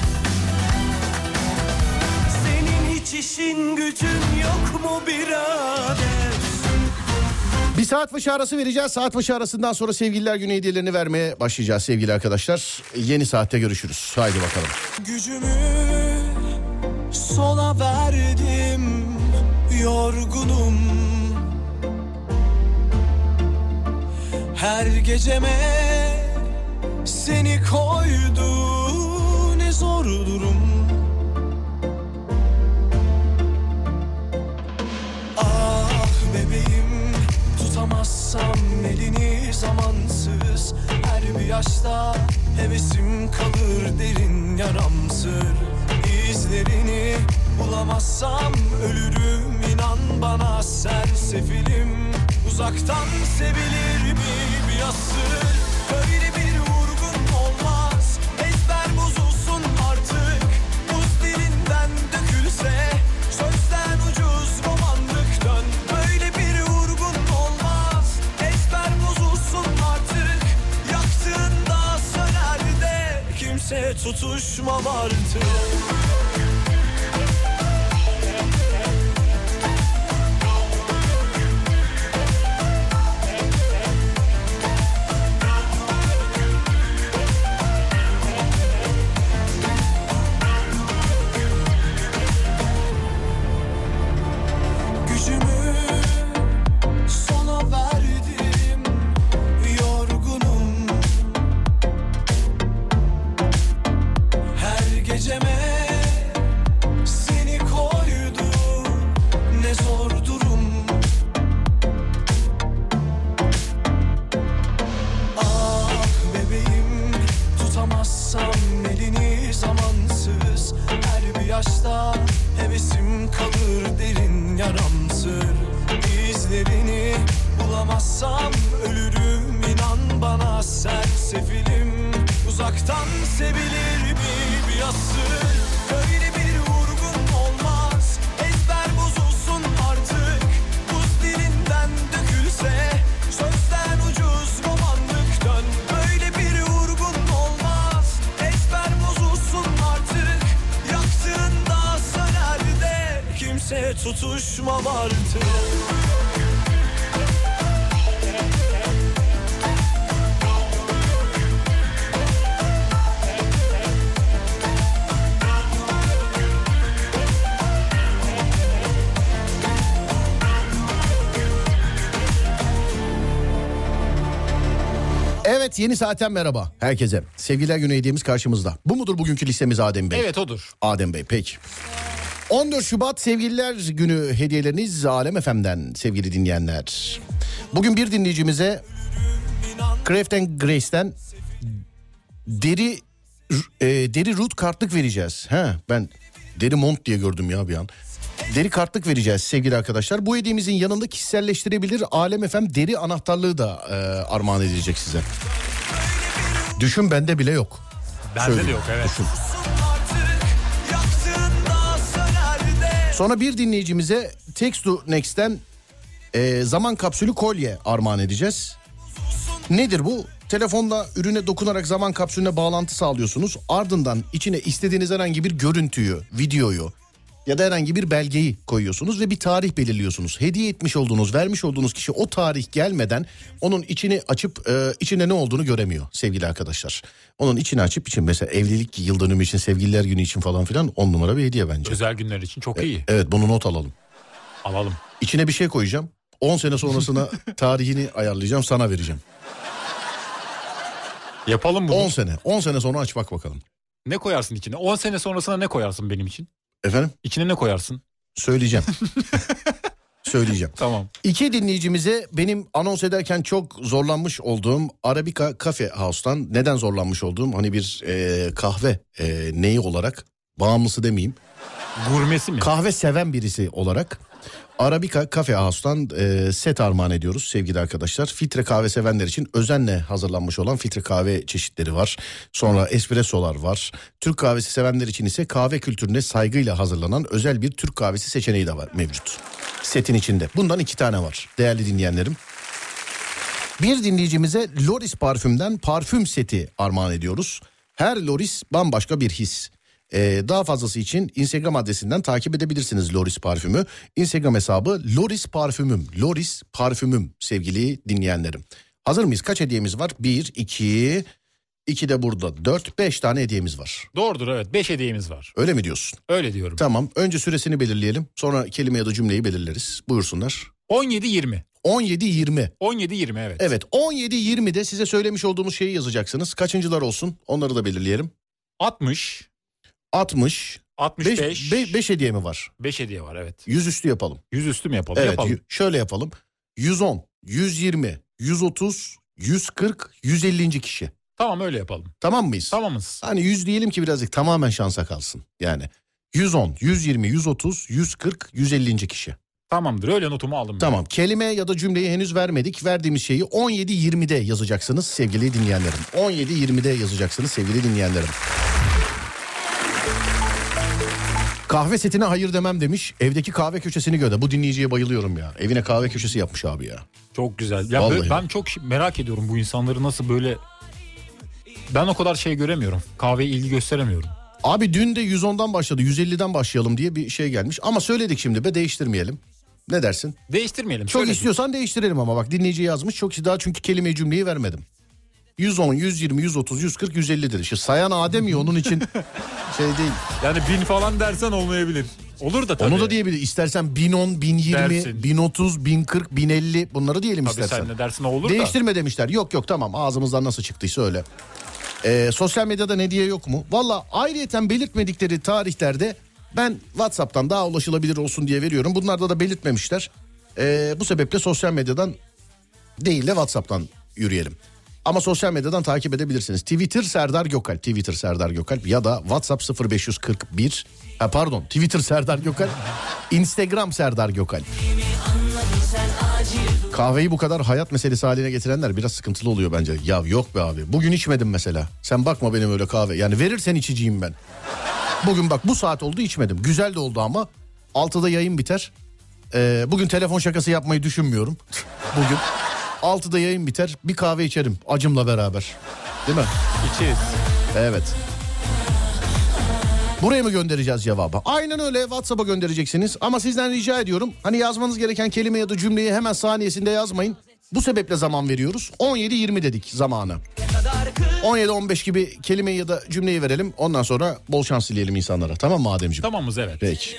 Senin hiç işin gücün yok mu birader? Bir saat başı arası vereceğiz. Saat başı arasından sonra sevgililer günü hediyelerini vermeye başlayacağız sevgili arkadaşlar. Yeni saatte görüşürüz. Haydi bakalım. Gücümü sola verdim, yorgunum. Her geceme seni koydu, ne zor durum. Ah bebeğim, tutamazsam elini zamansız. Her bir yaşta hevesim kalır derin yaramsır. İzlerini bulamazsam ölürüm, inan bana sersefilim. Uzaktan sevilir mi bir asır? Böyle bir vurgun olmaz, ezber bozulsun artık. Buz dilinden dökülse, sözden ucuz romanlık dön. Böyle bir vurgun olmaz, ezber bozulsun artık. Yaktığında söner de kimse tutuşmam artık. Hevesim kalır derin yaramsır. İzlerini bulamazsam ölürüm, inan bana sersefilim. Uzaktan sevilir mi bir asır? Böyle bir vurgun olmaz, ezber bozulsun artık. Buz dilinden dökülse, sözden ucuz romanlık dön. Böyle bir vurgun olmaz, ezber bozulsun artık. Yaktığında söner de kimse tutuşmam artık. Evet, yeni saatten merhaba herkese. Sevgililer Günü hediyemiz karşımızda. Bu mudur bugünkü listemiz Adem Bey? Evet, odur. Adem Bey, peki. on dört Şubat Sevgililer Günü hediyeleriniz Alem F M'den sevgili dinleyenler. Bugün bir dinleyicimize Craft and Grace'ten deri e, deri root kartlık vereceğiz. He, ben deri mont diye gördüm ya bir an. Deri kartlık vereceğiz sevgili arkadaşlar. Bu hediyemizin yanında kişiselleştirebilir Alem F M deri anahtarlığı da e, armağan edilecek size. Düşün, bende bile yok. Bende Söyleyeyim. de yok, evet. Düşün. Sonra bir dinleyicimize Text to Next'ten e, zaman kapsülü kolye armağan edeceğiz. Nedir bu? Telefonla ürüne dokunarak zaman kapsülüne bağlantı sağlıyorsunuz. Ardından içine istediğiniz herhangi bir görüntüyü, videoyu ya da herhangi bir belgeyi koyuyorsunuz ve bir tarih belirliyorsunuz. Hediye etmiş olduğunuz, vermiş olduğunuz kişi o tarih gelmeden onun içini açıp e, içinde ne olduğunu göremiyor sevgili arkadaşlar. Onun içini açıp için mesela evlilik yıl dönümü için, sevgililer günü için falan filan on numara bir hediye bence. Özel günler için çok iyi. Evet, bunu not alalım. Alalım. İçine bir şey koyacağım. on sene sonrasına tarihini ayarlayacağım, sana vereceğim. Yapalım bunu. on sene. on sene sonra aç bak bakalım. Ne koyarsın içine? on sene sonrasına ne koyarsın benim için? Efendim? İçine ne koyarsın? Söyleyeceğim. Söyleyeceğim. Tamam. İki dinleyicimize benim anons ederken çok zorlanmış olduğum Arabica Cafe House'tan, neden zorlanmış olduğum, hani bir e, kahve e, neyi olarak, bağımlısı demeyeyim, Gurmesi mi? kahve seven birisi olarak Arabica Cafe House'tan e, set armağan ediyoruz sevgili arkadaşlar. Filtre kahve sevenler için özenle hazırlanmış olan filtre kahve çeşitleri var. Sonra espressolar var. Türk kahvesi sevenler için ise kahve kültürüne saygıyla hazırlanan özel bir Türk kahvesi seçeneği de var mevcut. Setin içinde. Bundan iki tane var değerli dinleyenlerim. Bir dinleyicimize Loris parfümden parfüm seti armağan ediyoruz. Her Loris bambaşka bir his. Ee, daha fazlası için Instagram adresinden takip edebilirsiniz Loris Parfümü. Instagram hesabı Loris Parfümüm. Loris Parfümüm sevgili dinleyenlerim. Hazır mıyız? Kaç hediyemiz var? Bir, iki, iki de burada. Dört, beş tane hediyemiz var. Doğrudur, evet. Beş hediyemiz var. Öyle mi diyorsun? Öyle diyorum. Tamam. Önce süresini belirleyelim. Sonra kelime ya da cümleyi belirleriz. Buyursunlar. on yedi yirmi. on yedi yirmi. on yedi yirmi, evet. Evet, on yedi yirmide size söylemiş olduğumuz şeyi yazacaksınız. Kaçıncılar olsun? Onları da belirleyelim. altmış. altmış. altmış beş. beş hediye mi var? beş hediye var, evet. yüz üstü yapalım. yüz üstü mü yapalım? Evet, Yapalım. y- şöyle yapalım. yüz on, yüz yirmi, yüz otuz, yüz kırk, yüz ellinci kişi. Tamam, öyle yapalım. Tamam mıyız? Tamamız. Hani yüz diyelim ki birazcık tamamen şansa kalsın. Yani yüz on, yüz yirmi, yüz otuz, yüz kırk, yüz ellinci kişi. Tamamdır, öyle notumu aldım. Tamam, kelime ya da cümleyi henüz vermedik. Verdiğimiz şeyi on yedi yirmide yazacaksınız sevgili dinleyenlerim. on yedi yirmide yazacaksınız sevgili dinleyenlerim. Kahve setine hayır demem demiş. Evdeki kahve köşesini göre. Bu dinleyiciye bayılıyorum ya. Evine kahve köşesi yapmış abi ya. Çok güzel. Ya Vallahi. böyle- ben çok merak ediyorum bu insanları nasıl böyle... Ben o kadar şey göremiyorum. Kahveye ilgi gösteremiyorum. Abi dün de yüz ondan başladı. yüz elliden başlayalım diye bir şey gelmiş. Ama söyledik şimdi be, değiştirmeyelim. Ne dersin? Değiştirmeyelim. Çok söyledik. istiyorsan değiştirelim ama bak dinleyici yazmış. Çok daha çünkü kelimeyi cümleyi vermedim. yüz on, yüz yirmi, yüz otuz, yüz kırk, yüz ellidir. İşte sayan Adem ya, onun için şey değil. Yani bin falan dersen olmayabilir. Olur da tabii. Onu da diyebilir. İstersen bin on, bin yirmi, Dersin. bin otuz, bin kırk, bin elli bunları diyelim Tabii istersen. sen ne dersin o olur da. Değiştirme demişler. Yok yok tamam, ağzımızdan nasıl çıktıysa öyle. Ee, sosyal medyada ne diye yok mu? Valla ayrıyeten belirtmedikleri tarihlerde ben WhatsApp'tan daha ulaşılabilir olsun diye veriyorum. Bunlarda da belirtmemişler. Ee, bu sebeple sosyal medyadan değil de WhatsApp'tan yürüyelim. Ama sosyal medyadan takip edebilirsiniz. Twitter Serdar Gökalp, Twitter Serdar Gökalp ya da WhatsApp sıfır beş kırk bir, ha pardon Twitter Serdar Gökalp, Instagram Serdar Gökalp. Kahveyi bu kadar hayat meselesi haline getirenler biraz sıkıntılı oluyor bence. Ya yok be abi, bugün içmedim mesela. Sen bakma benim öyle kahve. Yani verirsen içeceğim ben. Bugün bak bu saat oldu içmedim. Güzel de oldu ama altıda yayın biter. Ee, bugün telefon şakası yapmayı düşünmüyorum. Bugün altıda yayın biter. Bir kahve içerim acımla beraber. Değil mi? İçeriz. Evet. Buraya mı göndereceğiz cevabı? Aynen öyle, WhatsApp'a göndereceksiniz. Ama sizden rica ediyorum, hani yazmanız gereken kelime ya da cümleyi hemen saniyesinde yazmayın. Bu sebeple zaman veriyoruz. on yedi yirmi dedik zamanı. on yedi on beş gibi kelimeyi ya da cümleyi verelim. Ondan sonra bol şans dileyelim insanlara. Tamam mı Ademciğim? Tamamız, evet. Peki.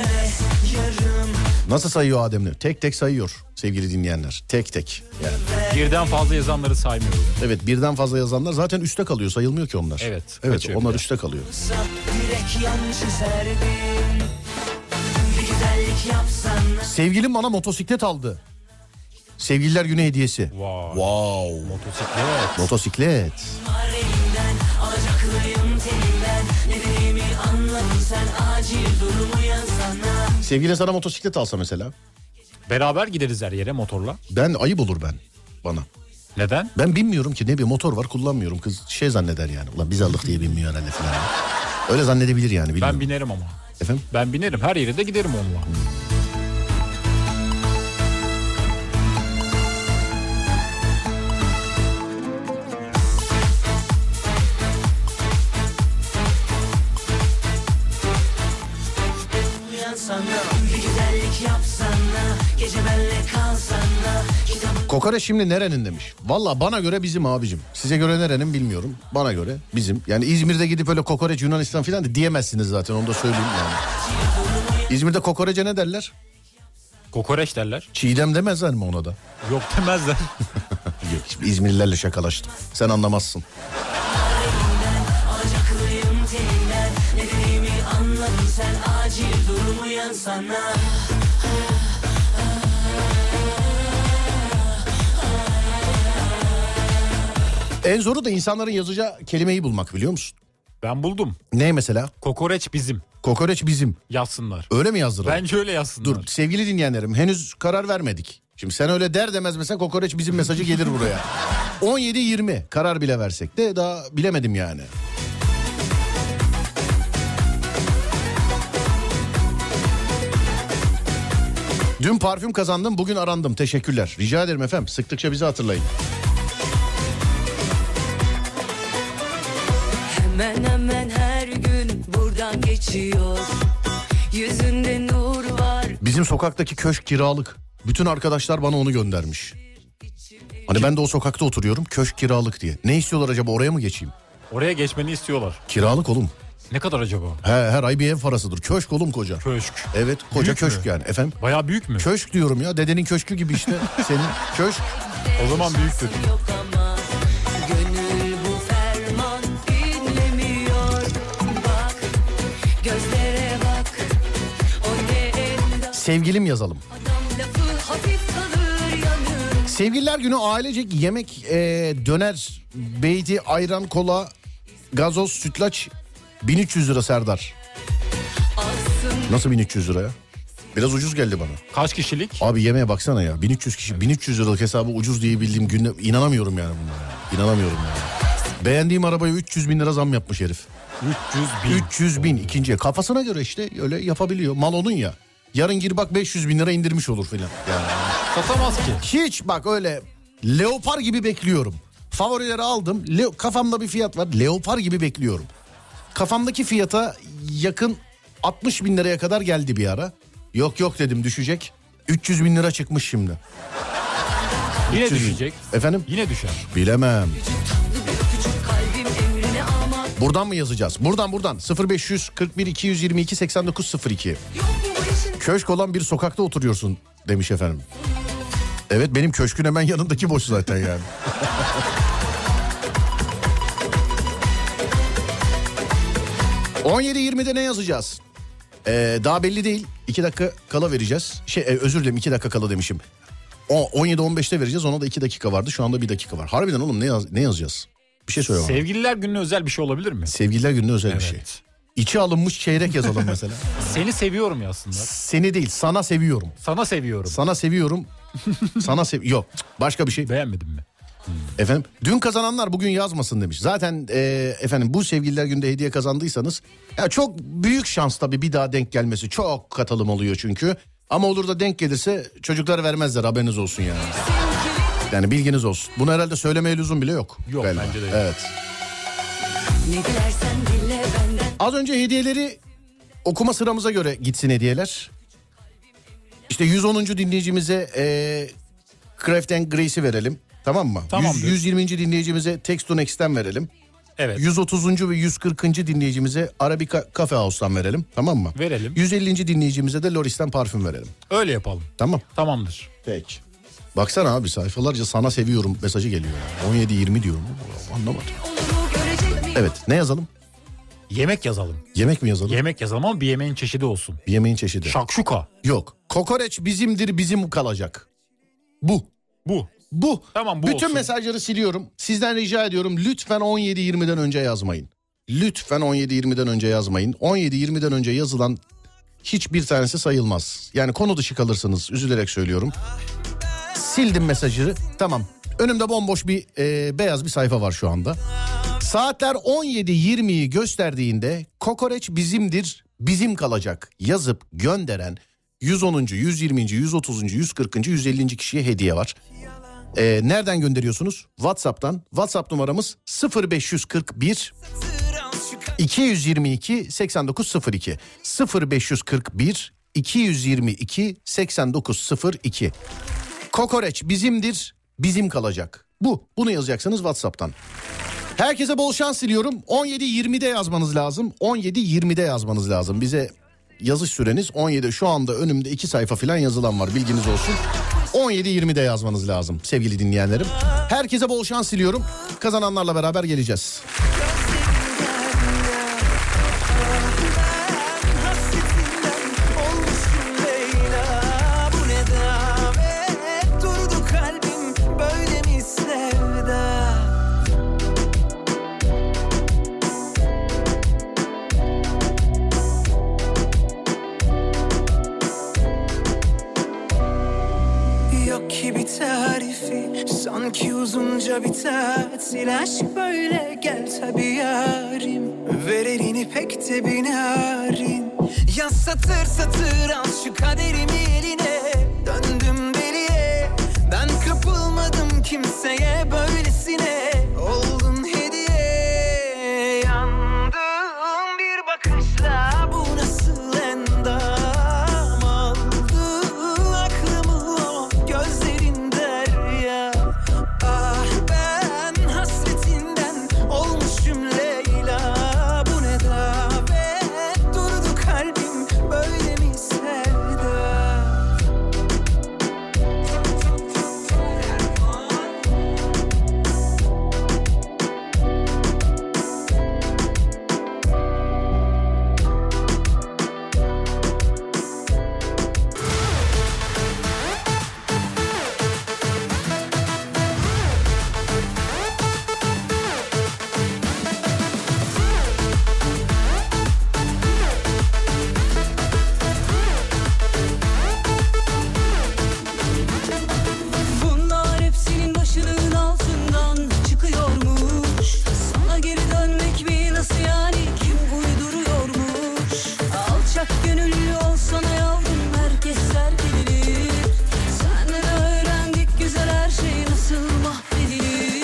Nasıl sayıyor Adem'le? Tek tek sayıyor sevgili dinleyenler. Tek tek. Yani Birden fazla yazanları saymıyorum. Evet, birden fazla yazanlar zaten üstte kalıyor, sayılmıyor ki onlar. Evet. Evet, onlar üstte kalıyor. Yürek yan çizerdim. Bir güzellik yapsan. Sevgilim bana motosiklet aldı. Sevgililer günü hediyesi. Wow. Wow. Motosiklet. Motosiklet. Elinden alacaklıyım telinden. Ne dediğimi anladın sen, acil durumu yansana. Sevgilin sana motosiklet alsa mesela. Beraber gideriz her yere motorla. Ben ayıp olur ben bana. Neden? Ben bilmiyorum ki, ne bir motor var kullanmıyorum. Kız şey zanneder yani. Ulan biz aldık diye bilmiyor herhalde falan. Öyle zannedebilir yani, bilmiyorum. Ben binerim ama. Efendim? Ben binerim, her yere de giderim onunla. Kokoreç şimdi nerenin demiş. Valla bana göre bizim abicim. Size göre nerenin bilmiyorum. Bana göre bizim. Yani İzmir'de gidip öyle kokoreç Yunanistan falan da diyemezsiniz zaten, onu da söyleyeyim yani. İzmir'de kokorece ne derler? Kokoreç derler. Çiğdem demezler mi ona da? Yok demezler. Yok, şimdi İzmirlilerle şakalaştım. Sen anlamazsın. En zoru da insanların yazacağı kelimeyi bulmak, biliyor musun? Ben buldum. Ne mesela? Kokoreç bizim. Kokoreç bizim. Yazsınlar. Öyle mi yazdıralım? Bence öyle yazsınlar. Dur sevgili dinleyenlerim, henüz karar vermedik. Şimdi sen öyle der demez mesela kokoreç bizim mesajı gelir buraya. on yedi yirmi karar bile versek de daha bilemedim yani. Dün parfüm kazandım, bugün arandım. Teşekkürler. Rica ederim efendim. Sıktıkça bizi hatırlayın. Hemen hemen her gün buradan geçiyor. Yüzünde nur var. Bizim sokaktaki köşk kiralık. Bütün arkadaşlar bana onu göndermiş. Hani ben de o sokakta oturuyorum, köşk kiralık diye. Ne istiyorlar acaba, oraya mı geçeyim? Oraya geçmeni istiyorlar. Kiralık oğlum. Ne kadar acaba? He, her ay bir ev parasıdır. Köşk oğlum, koca. Köşk. Evet, koca Büyük köşk mü? yani. Efendim? Bayağı büyük mü? Köşk diyorum ya, dedenin köşkü gibi işte. Senin köşk. O zaman büyüktür. Yok ama gönül bu ferman dinlemiyor. Bak gözlere bak. O ne endam Sevgilim yazalım. lafı hafif kalır yanır. Sevgililer günü ailecek yemek, e, döner, beyti, ayran, kola, gazoz, sütlaç bin üç yüz lira Serdar. Alsın Nasıl bin üç yüz lira ya? Biraz ucuz geldi bana. Kaç kişilik? Abi yemeğe baksana ya, bin üç yüz kişi, bin üç yüz liralık hesabı ucuz diye bildiğim günde inanamıyorum yani bunlara. İnanamıyorum yani. Beğendiğim arabaya üç yüz bin lira zam yapmış herif. üç yüz bin. üç yüz bin ikinciye, kafasına göre işte öyle yapabiliyor. Mal onun ya. Yarın gir bak beş yüz bin lira indirmiş olur filan. Yani. Satamaz ki. Hiç bak öyle leopar gibi bekliyorum. Favorileri aldım. Le- kafamda bir fiyat var. Leopar gibi bekliyorum. Kafamdaki fiyata yakın altmış bin liraya kadar geldi bir ara. Yok yok dedim, düşecek. üç yüz bin lira çıkmış şimdi. Yine üç yüz bin. düşecek. Efendim? Yine düşer. Bilemem. küçük kalbim emrine ama. Buradan mı yazacağız? Buradan buradan. sıfır beş kırk bir iki yüz yirmi iki seksen dokuz sıfır iki. Yok mu bu işin Köşk olan bir sokakta oturuyorsun demiş efendim. Evet, benim köşkün hemen yanındaki boş zaten yani. on yedi yirmide ne yazacağız? Ee, daha belli değil. iki dakika kala vereceğiz. Şey, e, özür dilerim, iki dakika kala demişim. O on yedi on beşte vereceğiz. Ona da iki dakika vardı. Şu anda bir dakika var. Harbiden oğlum ne, yaz, ne yazacağız? Bir şey söyle bana. Sevgililer gününe özel bir şey olabilir mi? Sevgililer gününe özel bir şey. Evet. İçi alınmış çeyrek yazalım mesela. Seni seviyorum yazsınlar. Seni değil, sana seviyorum. Sana seviyorum. Sana seviyorum. Sana sev... Yok, başka bir şey. Beğenmedin mi? Efendim, dün kazananlar bugün yazmasın demiş. Zaten e, efendim bu sevgililer günde hediye kazandıysanız ya çok büyük şans tabii bir daha denk gelmesi. Çok katılım oluyor çünkü. Ama olur da denk gelirse çocuklar vermezler, haberiniz olsun yani. Yani bilginiz olsun. Bunu herhalde söylemeye lüzum bile yok. Yok, galiba. bence de yok. Evet. ne dilersen dile benden. Az önce hediyeleri okuma sıramıza göre gitsin hediyeler. İşte yüz onuncu dinleyicimize e, Craft and Grace'i verelim. Tamam mı? Tamamdır. yüz yirminci dinleyicimize Text to Next'ten verelim. Evet. yüz otuzuncu ve yüz kırkıncı dinleyicimize Arabica Cafe House'tan verelim. Tamam mı? Verelim. yüz ellinci dinleyicimize de Loris'ten parfüm verelim. Öyle yapalım. Tamam. Tamamdır. Peki. Baksana abi sayfalarca sana seviyorum mesajı geliyor. on yedi yirmi diyorum. Anlamadım. Evet, ne yazalım? Yemek yazalım. Yemek mi yazalım? Yemek yazalım ama bir yemeğin çeşidi olsun. Bir yemeğin çeşidi. Şakşuka. Yok. Kokoreç bizimdir, bizim kalacak. Bu. Bu. Bu. Tamam, bu Bütün olsun. mesajları siliyorum. Sizden rica ediyorum, lütfen on yedi yirmiden önce yazmayın. Lütfen on yedi yirmiden önce yazmayın. on yedi yirmiden önce yazılan hiçbir tanesi sayılmaz. Yani konu dışı kalırsınız, üzülerek söylüyorum. Sildim mesajı. Tamam. Önümde bomboş bir e, beyaz bir sayfa var şu anda. Saatler on yedi yirmiyi gösterdiğinde kokoreç bizimdir, bizim kalacak yazıp gönderen yüz onuncu, yüz yirminci, yüz otuzuncu, yüz kırkıncı, yüz ellinci kişiye hediye var. Ee, nereden gönderiyorsunuz? WhatsApp'tan. WhatsApp numaramız sıfır beş kırk bir iki yüz yirmi iki seksen dokuz sıfır iki sıfır beş kırk bir iki yüz yirmi iki seksen dokuz sıfır iki. Kokoreç bizimdir, bizim kalacak. Bu. Bunu yazacaksınız WhatsApp'tan. Herkese bol şans diliyorum. on yedi yirmide yazmanız lazım. on yedi yirmide yazmanız lazım. Bize yazış süreniz on yedi. Şu anda önümde iki sayfa falan yazılan var, bilginiz olsun. on yedi yirmide yazmanız lazım sevgili dinleyenlerim. Herkese bol şans diliyorum. Kazananlarla beraber geleceğiz. Sanki uzunca bir tatil, aşk böyle, gel tabi yarim. Ver elini pek de bir narin. Yaz satır satır al şu kaderimi eline. Döndüm deliye, ben kapılmadım kimseye böylesine. Oldun hediye, yandım bir bakışla. Bu nasıl endam aldı aklımı o gözlerin derya. Ah ben hasretinden olmuşum Leyla. Bu ne davet, durdu kalbim böyle mi sevda. Bunlar hepsinin başının altından çıkıyormuş. Sana geri dönmek mi, nasıl yani, kim uyduruyormuş? Alçak gönüllü olsana yavrum, herkes terk edilir. Senden öğrendik güzel her şey nasıl mahvedilir.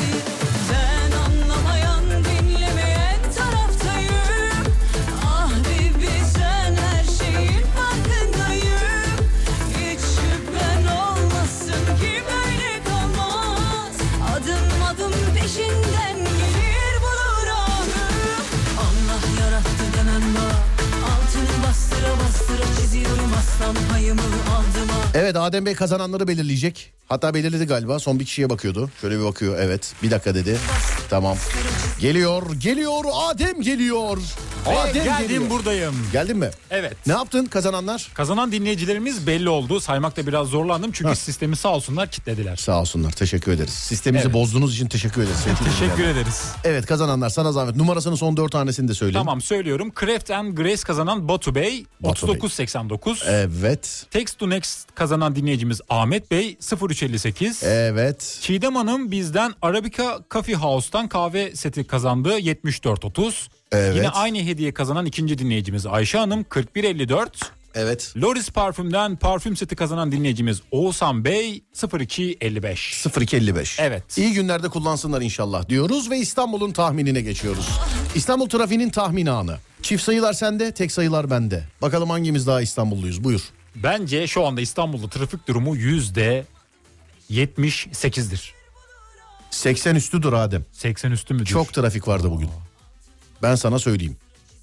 Ben anlamayan, dinlemeyen taraftayım. Ah Bibi sen her şeyin farkındayım. Hiç şüphen olmasın ki böyle kalmaz. Adım adım peşinden gelir bulur ahım. Allah yarattı demem bak. Altını bastıra bastıra çiziyorum aslan payımı aldıma. Evet, Adem Bey kazananları belirleyecek. Hatta belirledi galiba, son bir kişiye bakıyordu. Şöyle bir bakıyor, evet, bir dakika dedi. Tamam. Geliyor, geliyor, Adem geliyor. Adem Geldim, geliyor. buradayım. Geldin mi? Evet. Ne yaptın kazananlar? Kazanan dinleyicilerimiz belli oldu. Saymakta biraz zorlandım çünkü Heh. sistemi sağ olsunlar kilitlediler. Sağ olsunlar, teşekkür ederiz. Sistemimizi Evet. bozduğunuz için teşekkür ederiz. Teşekkür ederiz. Evet, kazananlar sana zahmet. Numarasının son dört tanesini de söyleyin. Tamam, söylüyorum. Craft and Grace kazanan Batu Bey Batu otuz dokuz seksen dokuz. Evet. Text to Next kazanan dinleyicimiz Ahmet Bey sıfır üç elli sekiz. Evet. Çiğdem Hanım bizden Arabica Coffee House'tan kahve seti kazandı yetmiş dört otuz. Evet. Yine aynı hediye kazanan ikinci dinleyicimiz Ayşe Hanım kırk bir elli dört. Evet. Loris Parfüm'den parfüm seti kazanan dinleyicimiz Oğuzhan Bey sıfır iki elli beş. sıfır iki elli beş. Evet. İyi günlerde kullansınlar inşallah diyoruz ve İstanbul'un tahminine geçiyoruz. İstanbul trafiğinin tahmin anı. Çift sayılar sende, tek sayılar bende. Bakalım hangimiz daha İstanbulluyuz, buyur. Bence şu anda İstanbul'da trafik durumu yüzde yetmiş sekizdir. seksen üstüdür Adem. seksen üstü müdür? Çok trafik vardı bugün. Ben sana söyleyeyim.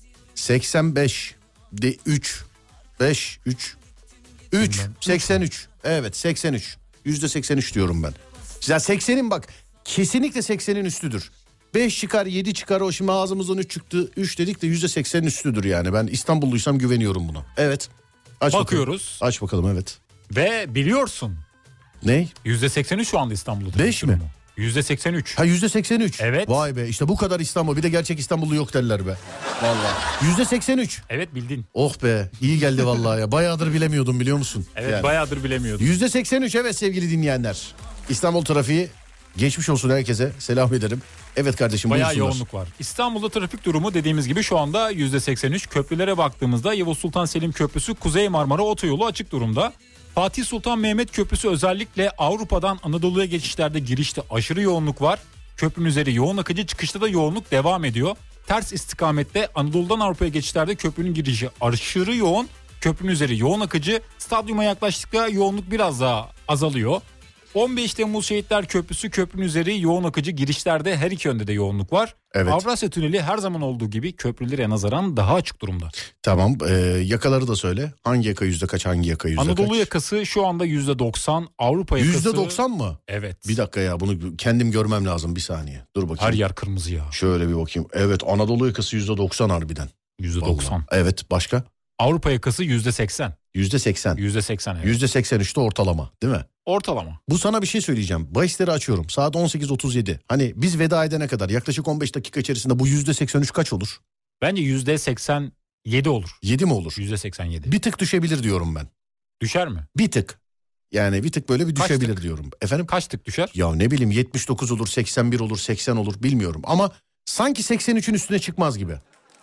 seksen beş de üç beş üç üç seksen üç. Evet seksen üç. yüzde seksen üç diyorum ben. Ya seksenin bak kesinlikle seksenin üstüdür. beş çıkar yedi çıkar o şimdi ağzımızdan üç çıktı. üç dedik de yüzde seksenin üstüdür yani. Ben İstanbulluysam güveniyorum buna. Evet. Aç Bakıyoruz. Bakalım. Aç bakalım evet. Ve biliyorsun. Ne? yüzde seksen üç şu anda İstanbul'da. beş mi? yüzde seksen üç. Ha yüzde seksen üç. Evet. Vay be işte bu kadar İstanbul. Bir de gerçek İstanbullu yok derler be. Vallahi. yüzde seksen üç. Evet bildin. Oh be iyi geldi vallahi ya. Bayağıdır bilemiyordum biliyor musun? Evet yani. bayağıdır bilemiyordum. yüzde seksen üç evet sevgili dinleyenler. İstanbul trafiği geçmiş olsun herkese. Selam ederim. Evet kardeşim Bayağı buyursunlar. yoğunluk var. İstanbul'da trafik durumu dediğimiz gibi şu anda yüzde seksen üç. Köprülere baktığımızda Yavuz Sultan Selim Köprüsü Kuzey Marmara Otoyolu açık durumda. Fatih Sultan Mehmet Köprüsü özellikle Avrupa'dan Anadolu'ya geçişlerde girişte aşırı yoğunluk var. Köprünün üzeri yoğun akıcı, çıkışta da yoğunluk devam ediyor. Ters istikamette Anadolu'dan Avrupa'ya geçişlerde köprünün girişi aşırı yoğun. Köprünün üzeri yoğun akıcı. Stadyuma yaklaştıkça yoğunluk biraz daha azalıyor. on beş Temmuz Şehitler Köprüsü köprünün üzeri yoğun akıcı, girişlerde her iki yönde de yoğunluk var. Evet. Avrasya Tüneli her zaman olduğu gibi köprülere nazaran daha açık durumda. Tamam e, yakaları da söyle. Hangi yaka yüzde kaç hangi yaka yüzde Anadolu kaç? yakası şu anda yüzde doksan, Avrupa yakası... yüzde doksan mı? Evet. Bir dakika ya bunu kendim görmem lazım bir saniye. Dur bakayım. Her yer kırmızı ya. Şöyle bir bakayım. Evet Anadolu yakası yüzde doksan harbiden. yüzde doksan. Vallahi. Evet başka? Avrupa yakası yüzde seksen. yüzde seksen. yüzde seksen evet. yüzde seksen üçte ortalama değil mi? Ortalama. Bu sana bir şey söyleyeceğim. Bahisleri açıyorum. Saat on sekiz otuz yedi. Hani biz veda edene kadar yaklaşık on beş dakika içerisinde bu yüzde seksen üç kaç olur? Bence yüzde seksen yedi olur. yedi mi olur? yüzde seksen yedi. Bir tık düşebilir diyorum ben. Düşer mi? Bir tık. Yani bir tık böyle bir Kaç düşebilir tık? diyorum. Efendim? Kaç tık düşer? Ya ne bileyim yetmiş dokuz olur, seksen bir olur, seksen olur bilmiyorum. Ama sanki seksen üçün üstüne çıkmaz gibi.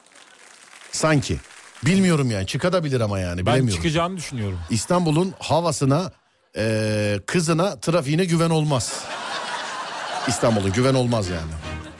Sanki. Bilmiyorum yani çıkabilir ama yani Ben bilemiyorum. çıkacağını düşünüyorum. İstanbul'un havasına, e, kızına, trafiğine güven olmaz. İstanbul'un güven olmaz yani.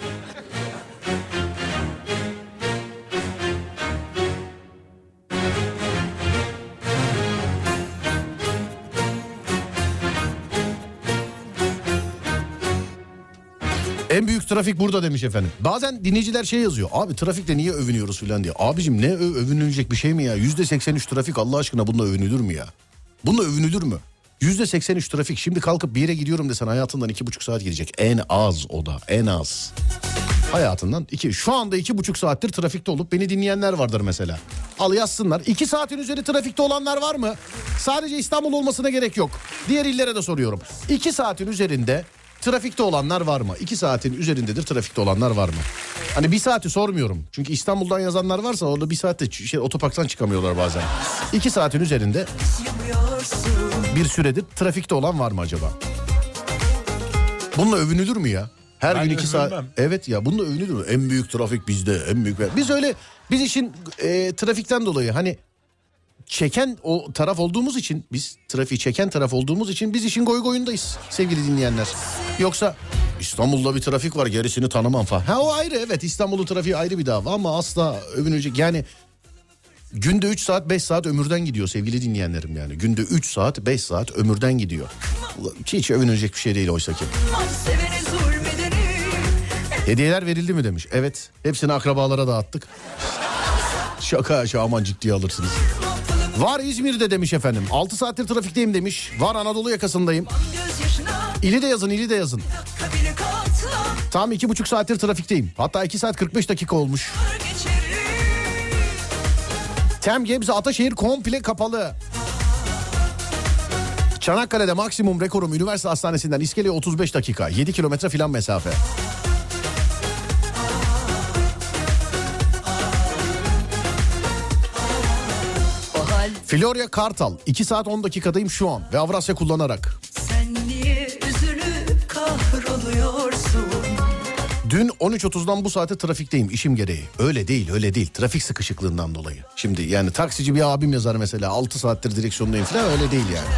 En büyük trafik burada demiş efendim. Bazen dinleyiciler şey yazıyor. Abi trafikte niye övünüyoruz filan diye. Abicim ne ö- övünülecek bir şey mi ya? yüzde seksen üç trafik Allah aşkına bununla övünülür mü ya? Bununla övünülür mü? yüzde seksen üç trafik. Şimdi kalkıp bir yere gidiyorum desen hayatından iki buçuk saat gidecek. En az o da en az. Hayatından iki. Şu anda iki buçuk saattir trafikte olup beni dinleyenler vardır mesela. Al yazsınlar. iki saatin üzeri trafikte olanlar var mı? Sadece İstanbul olmasına gerek yok. Diğer illere de soruyorum. iki saatin üzerinde trafikte olanlar var mı? iki saatin üzerindedir trafikte olanlar var mı? Hani bir saati sormuyorum. Çünkü İstanbul'dan yazanlar varsa orada bir saatte şey, otoparktan çıkamıyorlar bazen. iki saatin üzerinde bir süredir trafikte olan var mı acaba? Bununla övünülür mü ya? Her Ben gün iki saat. övünmem. Evet ya bununla övünülür mü? En büyük trafik bizde. En büyük. Biz öyle biz işin e, trafikten dolayı hani çeken o taraf olduğumuz için biz trafiği çeken taraf olduğumuz için biz işin goy goyundayız sevgili dinleyenler. Yoksa İstanbul'da bir trafik var gerisini tanımam falan. Ha o ayrı evet İstanbul'un trafiği ayrı bir dava ama asla övünecek yani günde üç saat beş saat ömürden gidiyor sevgili dinleyenlerim yani. Günde üç saat beş saat ömürden gidiyor. Hiç övünecek bir şey değil oysa ki. Hediyeler verildi mi demiş. Evet hepsini akrabalara dağıttık. Şaka şaka aman ciddiye alırsınız. Var İzmir'de demiş efendim. altı saattir trafikteyim demiş. Var Anadolu yakasındayım. İli de yazın, ili de yazın. Tam iki buçuk saattir trafikteyim. Hatta iki saat kırk beş dakika olmuş. Tem Gebze Ataşehir komple kapalı. Çanakkale'de maksimum rekorum üniversite hastanesinden İskele'ye otuz beş dakika. yedi kilometre filan mesafe. Florya Kartal iki saat on dakikadayım şu an ve Avrasya kullanarak. Sen niye üzülüp kahroluyorsun? Dün on üç otuzdan bu saate trafikteyim işim gereği. Öyle değil öyle değil trafik sıkışıklığından dolayı. Şimdi yani taksici bir abim yazar mesela altı saattir direksiyondayım falan öyle değil yani.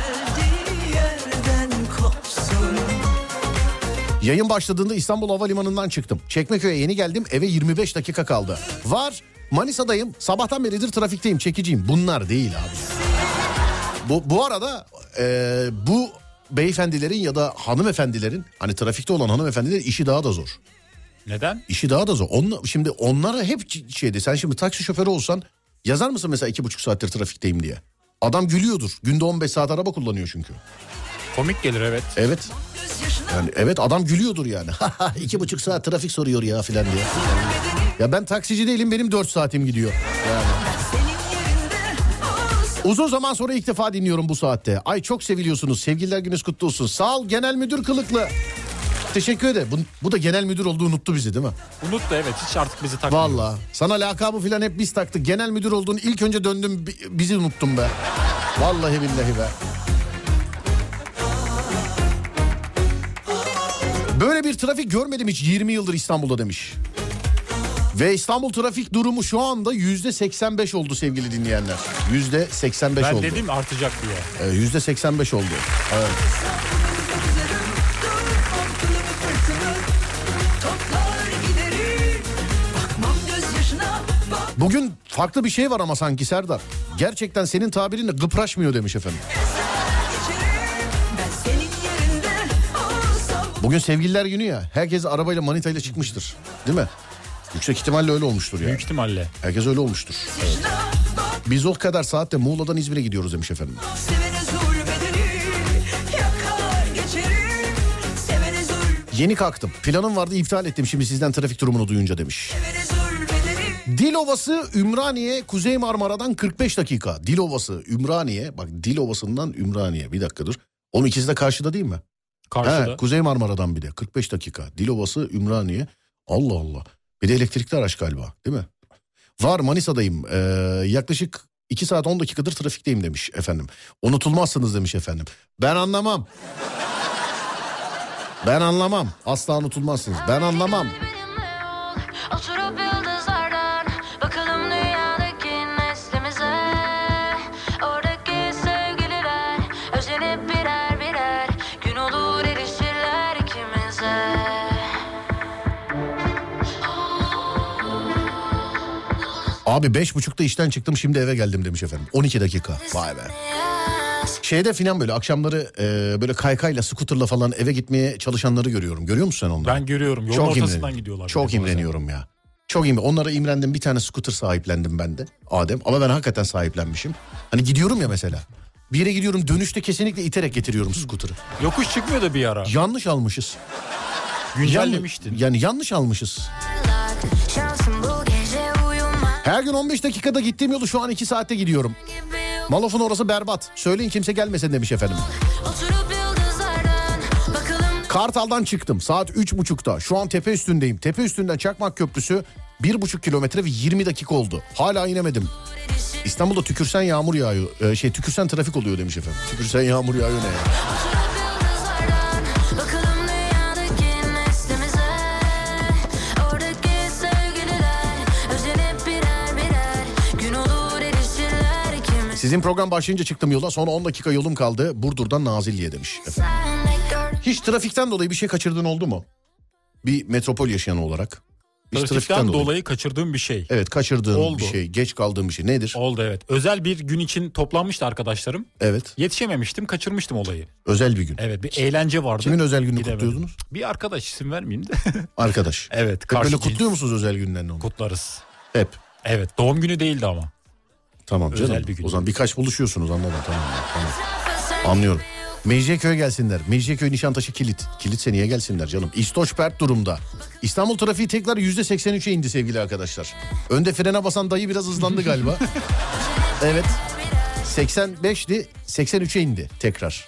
Yayın başladığında İstanbul Havalimanı'ndan çıktım. Çekmeköy'e yeni geldim eve yirmi beş dakika kaldı. Var Manisa'dayım sabahtan beridir trafikteyim çekiciyim. Bunlar değil abi. Bu, bu arada e, bu beyefendilerin ya da hanımefendilerin hani trafikte olan hanımefendilerin işi daha da zor. Neden? İşi daha da zor. Onlar, şimdi onlara hep şeydi sen şimdi taksi şoförü olsan yazar mısın mesela iki buçuk saattir trafikteyim diye. Adam gülüyordur. Günde on beş saat araba kullanıyor çünkü. Komik gelir evet. Evet. Yani evet adam gülüyordur yani. İki buçuk saat trafik soruyor ya filan diye. Ya ben taksici değilim benim dört saatim gidiyor. Yani. Uzun zaman sonra ilk defa dinliyorum bu saatte. Ay çok seviliyorsunuz. Sevgililer gününüz kutlu olsun. Sağ ol Genel Müdür Kılıklı. Teşekkür ederim. Bu, bu da genel müdür olduğu unuttu bizi değil mi? Unuttu evet hiç artık bizi takmıyor. Valla sana lakabı filan hep biz taktık. Genel müdür olduğunu ilk önce döndüm bizi unuttum be. Vallahi billahi be. Böyle bir trafik görmedim hiç yirmi yıldır İstanbul'da demiş. Ve İstanbul trafik durumu şu anda yüzde seksen beş oldu sevgili dinleyenler. Yüzde seksen beş ben oldu. Ben dedim artacak diye. Yüzde seksen beş oldu. Evet. Bugün farklı bir şey var ama sanki Serdar. Gerçekten senin tabirinle gıpraşmıyor demiş efendim. Bugün sevgililer günü ya. Herkes arabayla manitayla çıkmıştır. Değil mi? Yüksek ihtimalle öyle olmuştur ya. Büyük ihtimalle. Herkes öyle olmuştur. Evet. Biz o kadar saatte Muğla'dan İzmir'e gidiyoruz demiş efendim. Yeni kalktım. Planım vardı iptal ettim şimdi sizden trafik durumunu duyunca demiş. Dilovası Ümraniye Kuzey Marmara'dan kırk beş dakika. Dilovası Ümraniye bak Dilovası'ndan Ümraniye bir dakika dur. Onun ikisi de karşıda değil mi? Karşıda. He, Kuzey Marmara'dan bir de kırk beş dakika. Dilovası Ümraniye. Allah Allah. Bir de elektrikli araç galiba değil mi? Var Manisa'dayım. Ee, yaklaşık iki saat on dakikadır trafikteyim demiş efendim. Unutulmazsınız demiş efendim. Ben anlamam. Ben anlamam. Asla unutulmazsınız. Ben anlamam. Abi beş buçukta işten çıktım şimdi eve geldim demiş efendim. on iki dakika. Vay be. Şeyde filan böyle akşamları e, böyle kaykayla, skuterla falan eve gitmeye çalışanları görüyorum. Görüyor musun sen onları? Ben görüyorum. Yolun Çok ortasından imreniyorum. gidiyorlar. Çok imreniyorum ya. Çok imreniyorum. Onlara imrendim. Bir tane skuter sahiplendim ben de. Adem. Ama ben hakikaten sahiplenmişim. Hani gidiyorum ya mesela. Bir yere gidiyorum dönüşte kesinlikle iterek getiriyorum skuterı. Yokuş çıkmıyor da bir ara. Yanlış almışız. Güncellemiştin. Yani, yani yanlış almışız. Her gün on beş dakikada gittiğim yolu şu an iki saatte gidiyorum. Malof'un orası berbat. Söyleyin kimse gelmesin demiş efendim. Kartal'dan çıktım saat üç buçukta. Şu an tepe üstündeyim. Tepe üstünden Çakmak Köprüsü bir buçuk kilometre ve yirmi dakika oldu. Hala inemedim. İstanbul'da tükürsen yağmur yağıyor. Ee, şey tükürsen trafik oluyor demiş efendim. Tükürsen yağmur yağıyor ne ya? Sizin program başlayınca çıktım yola. Sonra on dakika yolum kaldı. Burdur'dan Nazilli'ye demiş efendim. Hiç trafikten dolayı bir şey kaçırdığın oldu mu? Bir metropol yaşayan olarak. Hiç Trafikten, trafikten dolayı. dolayı kaçırdığım bir şey. Evet kaçırdığın Oldu. bir şey. Geç kaldığın bir şey. Nedir? Oldu evet. Özel bir gün için toplanmıştı arkadaşlarım. Evet. Yetişememiştim, kaçırmıştım olayı. Özel bir gün. Evet, bir eğlence vardı. Kimin özel gününü Gidemedim. kutluyordunuz? Bir arkadaş, isim vermeyeyim de. Arkadaş. Evet. Hep böyle kutluyor musunuz özel günlerini onu? Kutlarız. Hep. Evet, doğum günü değildi ama. Tamam canım. Özel bir gün. O zaman birkaç buluşuyorsunuz anladım. Tamam. tamam. Anlıyorum. Mecidiyeköy gelsinler. Mecidiyeköy Nişantaşı kilit. Kilitse niye gelsinler canım? İstoç pert durumda. İstanbul trafiği tekrar yüzde seksen üçe indi sevgili arkadaşlar. Önde frene basan dayı biraz hızlandı galiba. Evet. seksen beşti seksen üçe indi tekrar.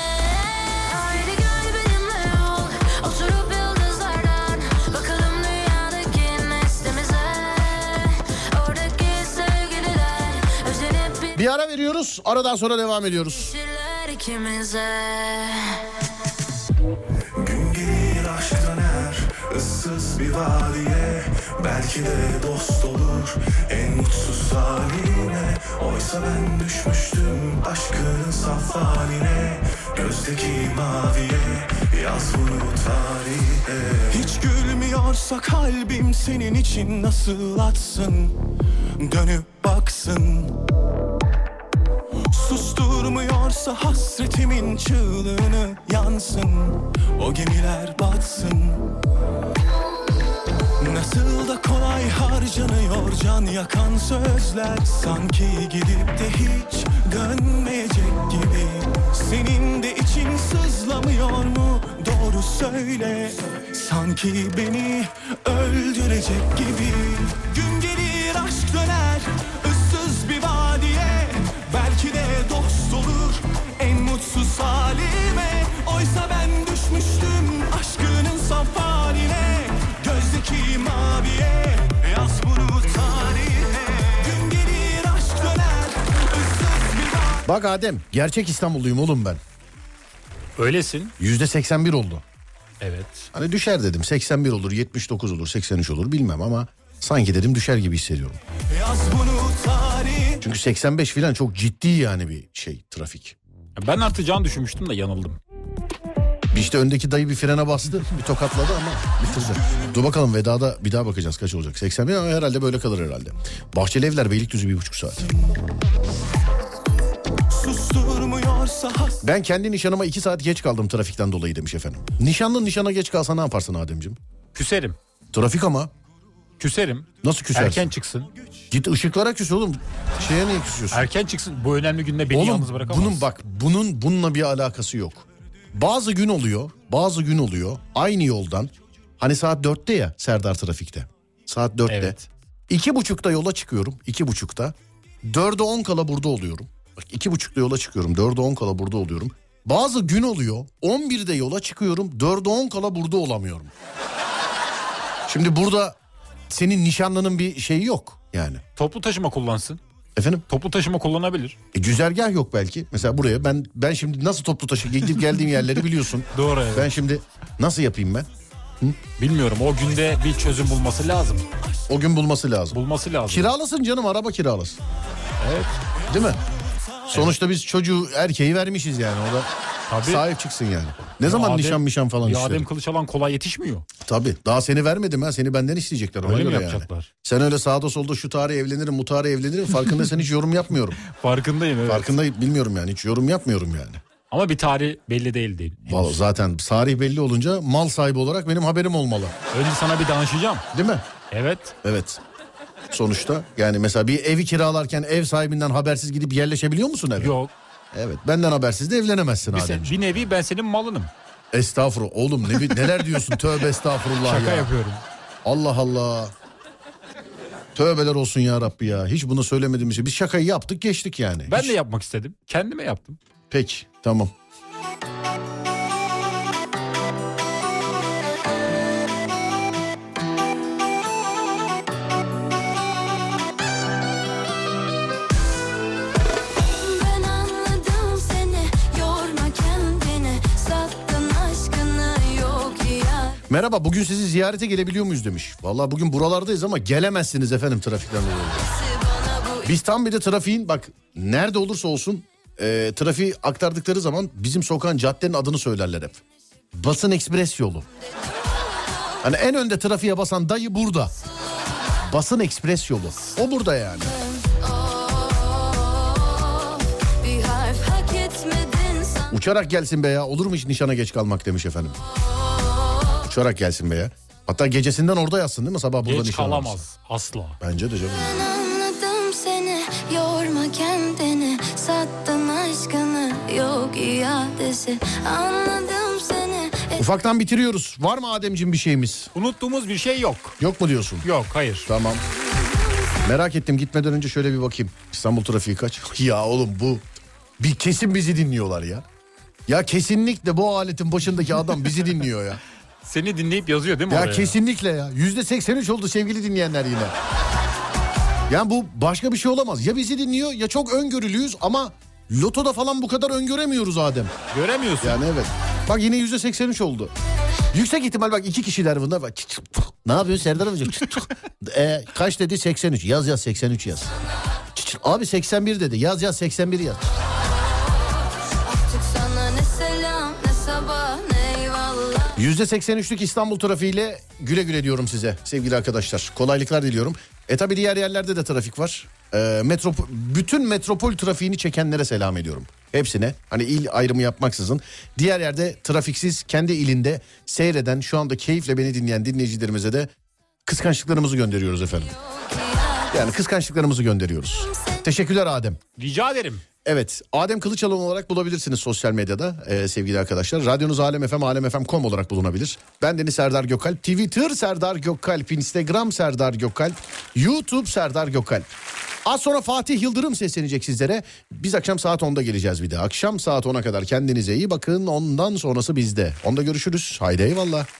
Bir ara veriyoruz. Aradan sonra devam ediyoruz. Gün gelir aşk döner ıssız bir vadiye. Belki de dost olur en mutsuz haline. Oysa ben düşmüştüm aşkın saf haline. Gözdeki maviye yaz bunu tarihe. Hiç gülmüyorsa kalbim senin için nasıl atsın? Dönüp baksın. Susturmuyorsa hasretimin çığlığını yansın. O gemiler batsın. Nasıl da kolay harcanıyor can yakan sözler. Sanki gidip de hiç dönmeyecek gibi. Senin de için sızlamıyor mu? Doğru söyle. Sanki beni öldürecek gibi. Gün gelir aşk döner ıssız bir vadiye. Belki de dost olur en mutsuz halime. Oysa ben düşmüştüm aşkının saf haline. Gözdeki maviye yaz bunu tarihe. Gün gelir aşk döner ıssız bir vadiye. Bak Adem, gerçek İstanbulluyum oğlum ben. Öylesin. yüzde seksen bir oldu. Evet. Hani düşer dedim, seksen bir olur, yetmiş dokuz olur, seksen üç olur bilmem ama sanki dedim düşer gibi hissediyorum. Yaz bunu tarih. Çünkü seksen beş falan çok ciddi yani bir şey, trafik. Ben artacağını düşünmüştüm de yanıldım. İşte öndeki dayı bir frene bastı, bir tokatladı ama bitirdi. Dur bakalım vedada bir daha bakacağız kaç olacak. seksen bir ama herhalde böyle kalır herhalde. Bahçeli Evler Beylikdüzü bir buçuk saat. Susturmuyorsa has. Ben kendi nişanıma iki saat geç kaldım trafikten dolayı demiş efendim. Nişanlı nişana geç kalsa ne yaparsın Ademciğim? Küserim. Trafik ama. Küserim. Nasıl küsersin? Erken çıksın. Git ışıklara küs oğlum. Şeye niye küsüyorsun? Erken çıksın. Bu önemli günde beni Oğlum yalnız bırakamaz. bunun bak bunun bununla bir alakası yok. Bazı gün oluyor, bazı gün oluyor. Aynı yoldan. Hani saat dörtte ya Serdar trafikte. Saat dörtte. Evet. İki buçukta yola çıkıyorum. iki buçukta. Dörde on kala burada oluyorum. Bak iki buçukta yola çıkıyorum. Dörde on kala burada oluyorum. Bazı gün oluyor. On birde yola çıkıyorum. Dörde on kala burada olamıyorum. Şimdi burada senin nişanlının bir şeyi yok yani. Toplu taşıma kullansın. Efendim? Toplu taşıma kullanabilir. E, güzergah yok belki. Mesela buraya ben ben şimdi nasıl toplu taşı gidip geldiğim yerleri biliyorsun. Doğru evet. Ben şimdi nasıl yapayım ben? Bilmiyorum, o günde bir çözüm bulması lazım. O gün bulması lazım. Bulması lazım. Kiralasın canım, araba kiralasın. Evet. Değil mi? Sonuçta biz çocuğu erkeği vermişiz yani, o da Tabii. sahip çıksın yani. Ne zaman Adem- nişan mişan falan Bir isterim. Adem Kılıçalan kolay yetişmiyor. Tabii daha seni vermedim ha, seni benden isteyecekler ona Öyle mi göre yani. yapacaklar? Sen öyle sağda solda şu tarih evlenirim bu tarih evlenirim farkındaysan hiç yorum yapmıyorum. Farkındayım evet. Farkındayım, bilmiyorum yani, hiç yorum yapmıyorum yani. Ama bir tarih belli değil değil. Vallahi zaten tarih belli olunca mal sahibi olarak benim haberim olmalı. Önce sana bir danışacağım. Değil mi? Evet. Evet. Sonuçta yani mesela bir evi kiralarken ev sahibinden habersiz gidip yerleşebiliyor musun eve? Yok. Evet, benden habersiz de evlenemezsin Bir, Ademciğim. sen, bir nevi ben senin malınım. Estağfurullah oğlum, ne, neler diyorsun, tövbe estağfurullah Şaka ya. yapıyorum. Allah Allah. Tövbeler olsun ya Rabbi ya. Hiç bunu söylemediğim şey. Biz şakayı yaptık geçtik yani. Ben Hiç... de yapmak istedim. Kendime yaptım. Peki tamam. Ben anladım seni, yorma kendini, sattın aşkını yok ya. Merhaba, bugün sizi ziyarete gelebiliyor muyuz demiş. Vallahi bugün buralardayız ama gelemezsiniz efendim trafikten dolayı. Bana bu Biz tam bir de trafiğin bak nerede olursa olsun e, trafiği aktardıkları zaman bizim sokağın, caddenin adını söylerler hep. Basın Ekspres yolu. Hani en önde trafiğe basan dayı burada. Basın Ekspres yolu. O burada yani. bir harf hak etmedin sen. Uçarak gelsin be ya. Olur mu hiç nişana geç kalmak demiş efendim. Uçarak gelsin be ya. Hatta gecesinden orada yatsın değil mi? Sabah burada Geç nişan kalamaz. alırsın. Asla. Bence de canım. Ben anladım seni, yorma kendini, sattın aşkını yok iadesi. Anladım seni. Ufaktan bitiriyoruz. Var mı Ademciğim bir şeyimiz? Unuttuğumuz bir şey yok. Yok mu diyorsun? Yok, hayır. Tamam. Merak ettim, gitmeden önce şöyle bir bakayım. İstanbul trafiği kaç? Ya oğlum bu bir kesin bizi dinliyorlar ya. Ya kesinlikle bu aletin başındaki adam bizi dinliyor ya. Seni dinleyip yazıyor değil mi Ya oraya? kesinlikle ya. Yüzde seksen üç oldu sevgili dinleyenler yine. Yani bu başka bir şey olamaz. Ya bizi dinliyor ya çok öngörülüyüz ama lotoda falan bu kadar öngöremiyoruz Adem. Göremiyorsun. Yani evet. Bak yine yüzde seksen üç oldu. Yüksek ihtimal bak iki kişiler bunda. Bak. Ne yapıyorsun Serdar Hoca? e, kaç dedi? seksen üç. Yaz yaz seksen üç yaz. Abi seksen bir dedi. Yaz yaz seksen bir yaz. Artık sana ne selam ne sabah ne eyvallah. yüzde seksen üçlük İstanbul trafiğiyle güle güle diyorum size sevgili arkadaşlar. Kolaylıklar diliyorum. E tabi diğer yerlerde de trafik var. E, metropol, bütün metropol trafiğini çekenlere selam ediyorum. Hepsine, hani il ayrımı yapmaksızın. Diğer yerde trafiksiz kendi ilinde seyreden, şu anda keyifle beni dinleyen dinleyicilerimize de kıskançlıklarımızı gönderiyoruz efendim. Yani kıskançlıklarımızı gönderiyoruz. Teşekkürler Adem. Rica ederim. Evet, Adem Kılıçalan olarak bulabilirsiniz sosyal medyada e, sevgili arkadaşlar. Radyonuz Alem F M, alemfm nokta com olarak bulunabilir. Ben Deniz Serdar Gökalp, Twitter Serdar Gökalp, Instagram Serdar Gökalp, YouTube Serdar Gökalp. Az sonra Fatih Yıldırım seslenecek sizlere. Biz akşam saat onda geleceğiz bir de. Akşam saat ona kadar kendinize iyi bakın. Ondan sonrası bizde. Onda görüşürüz. Haydi eyvallah.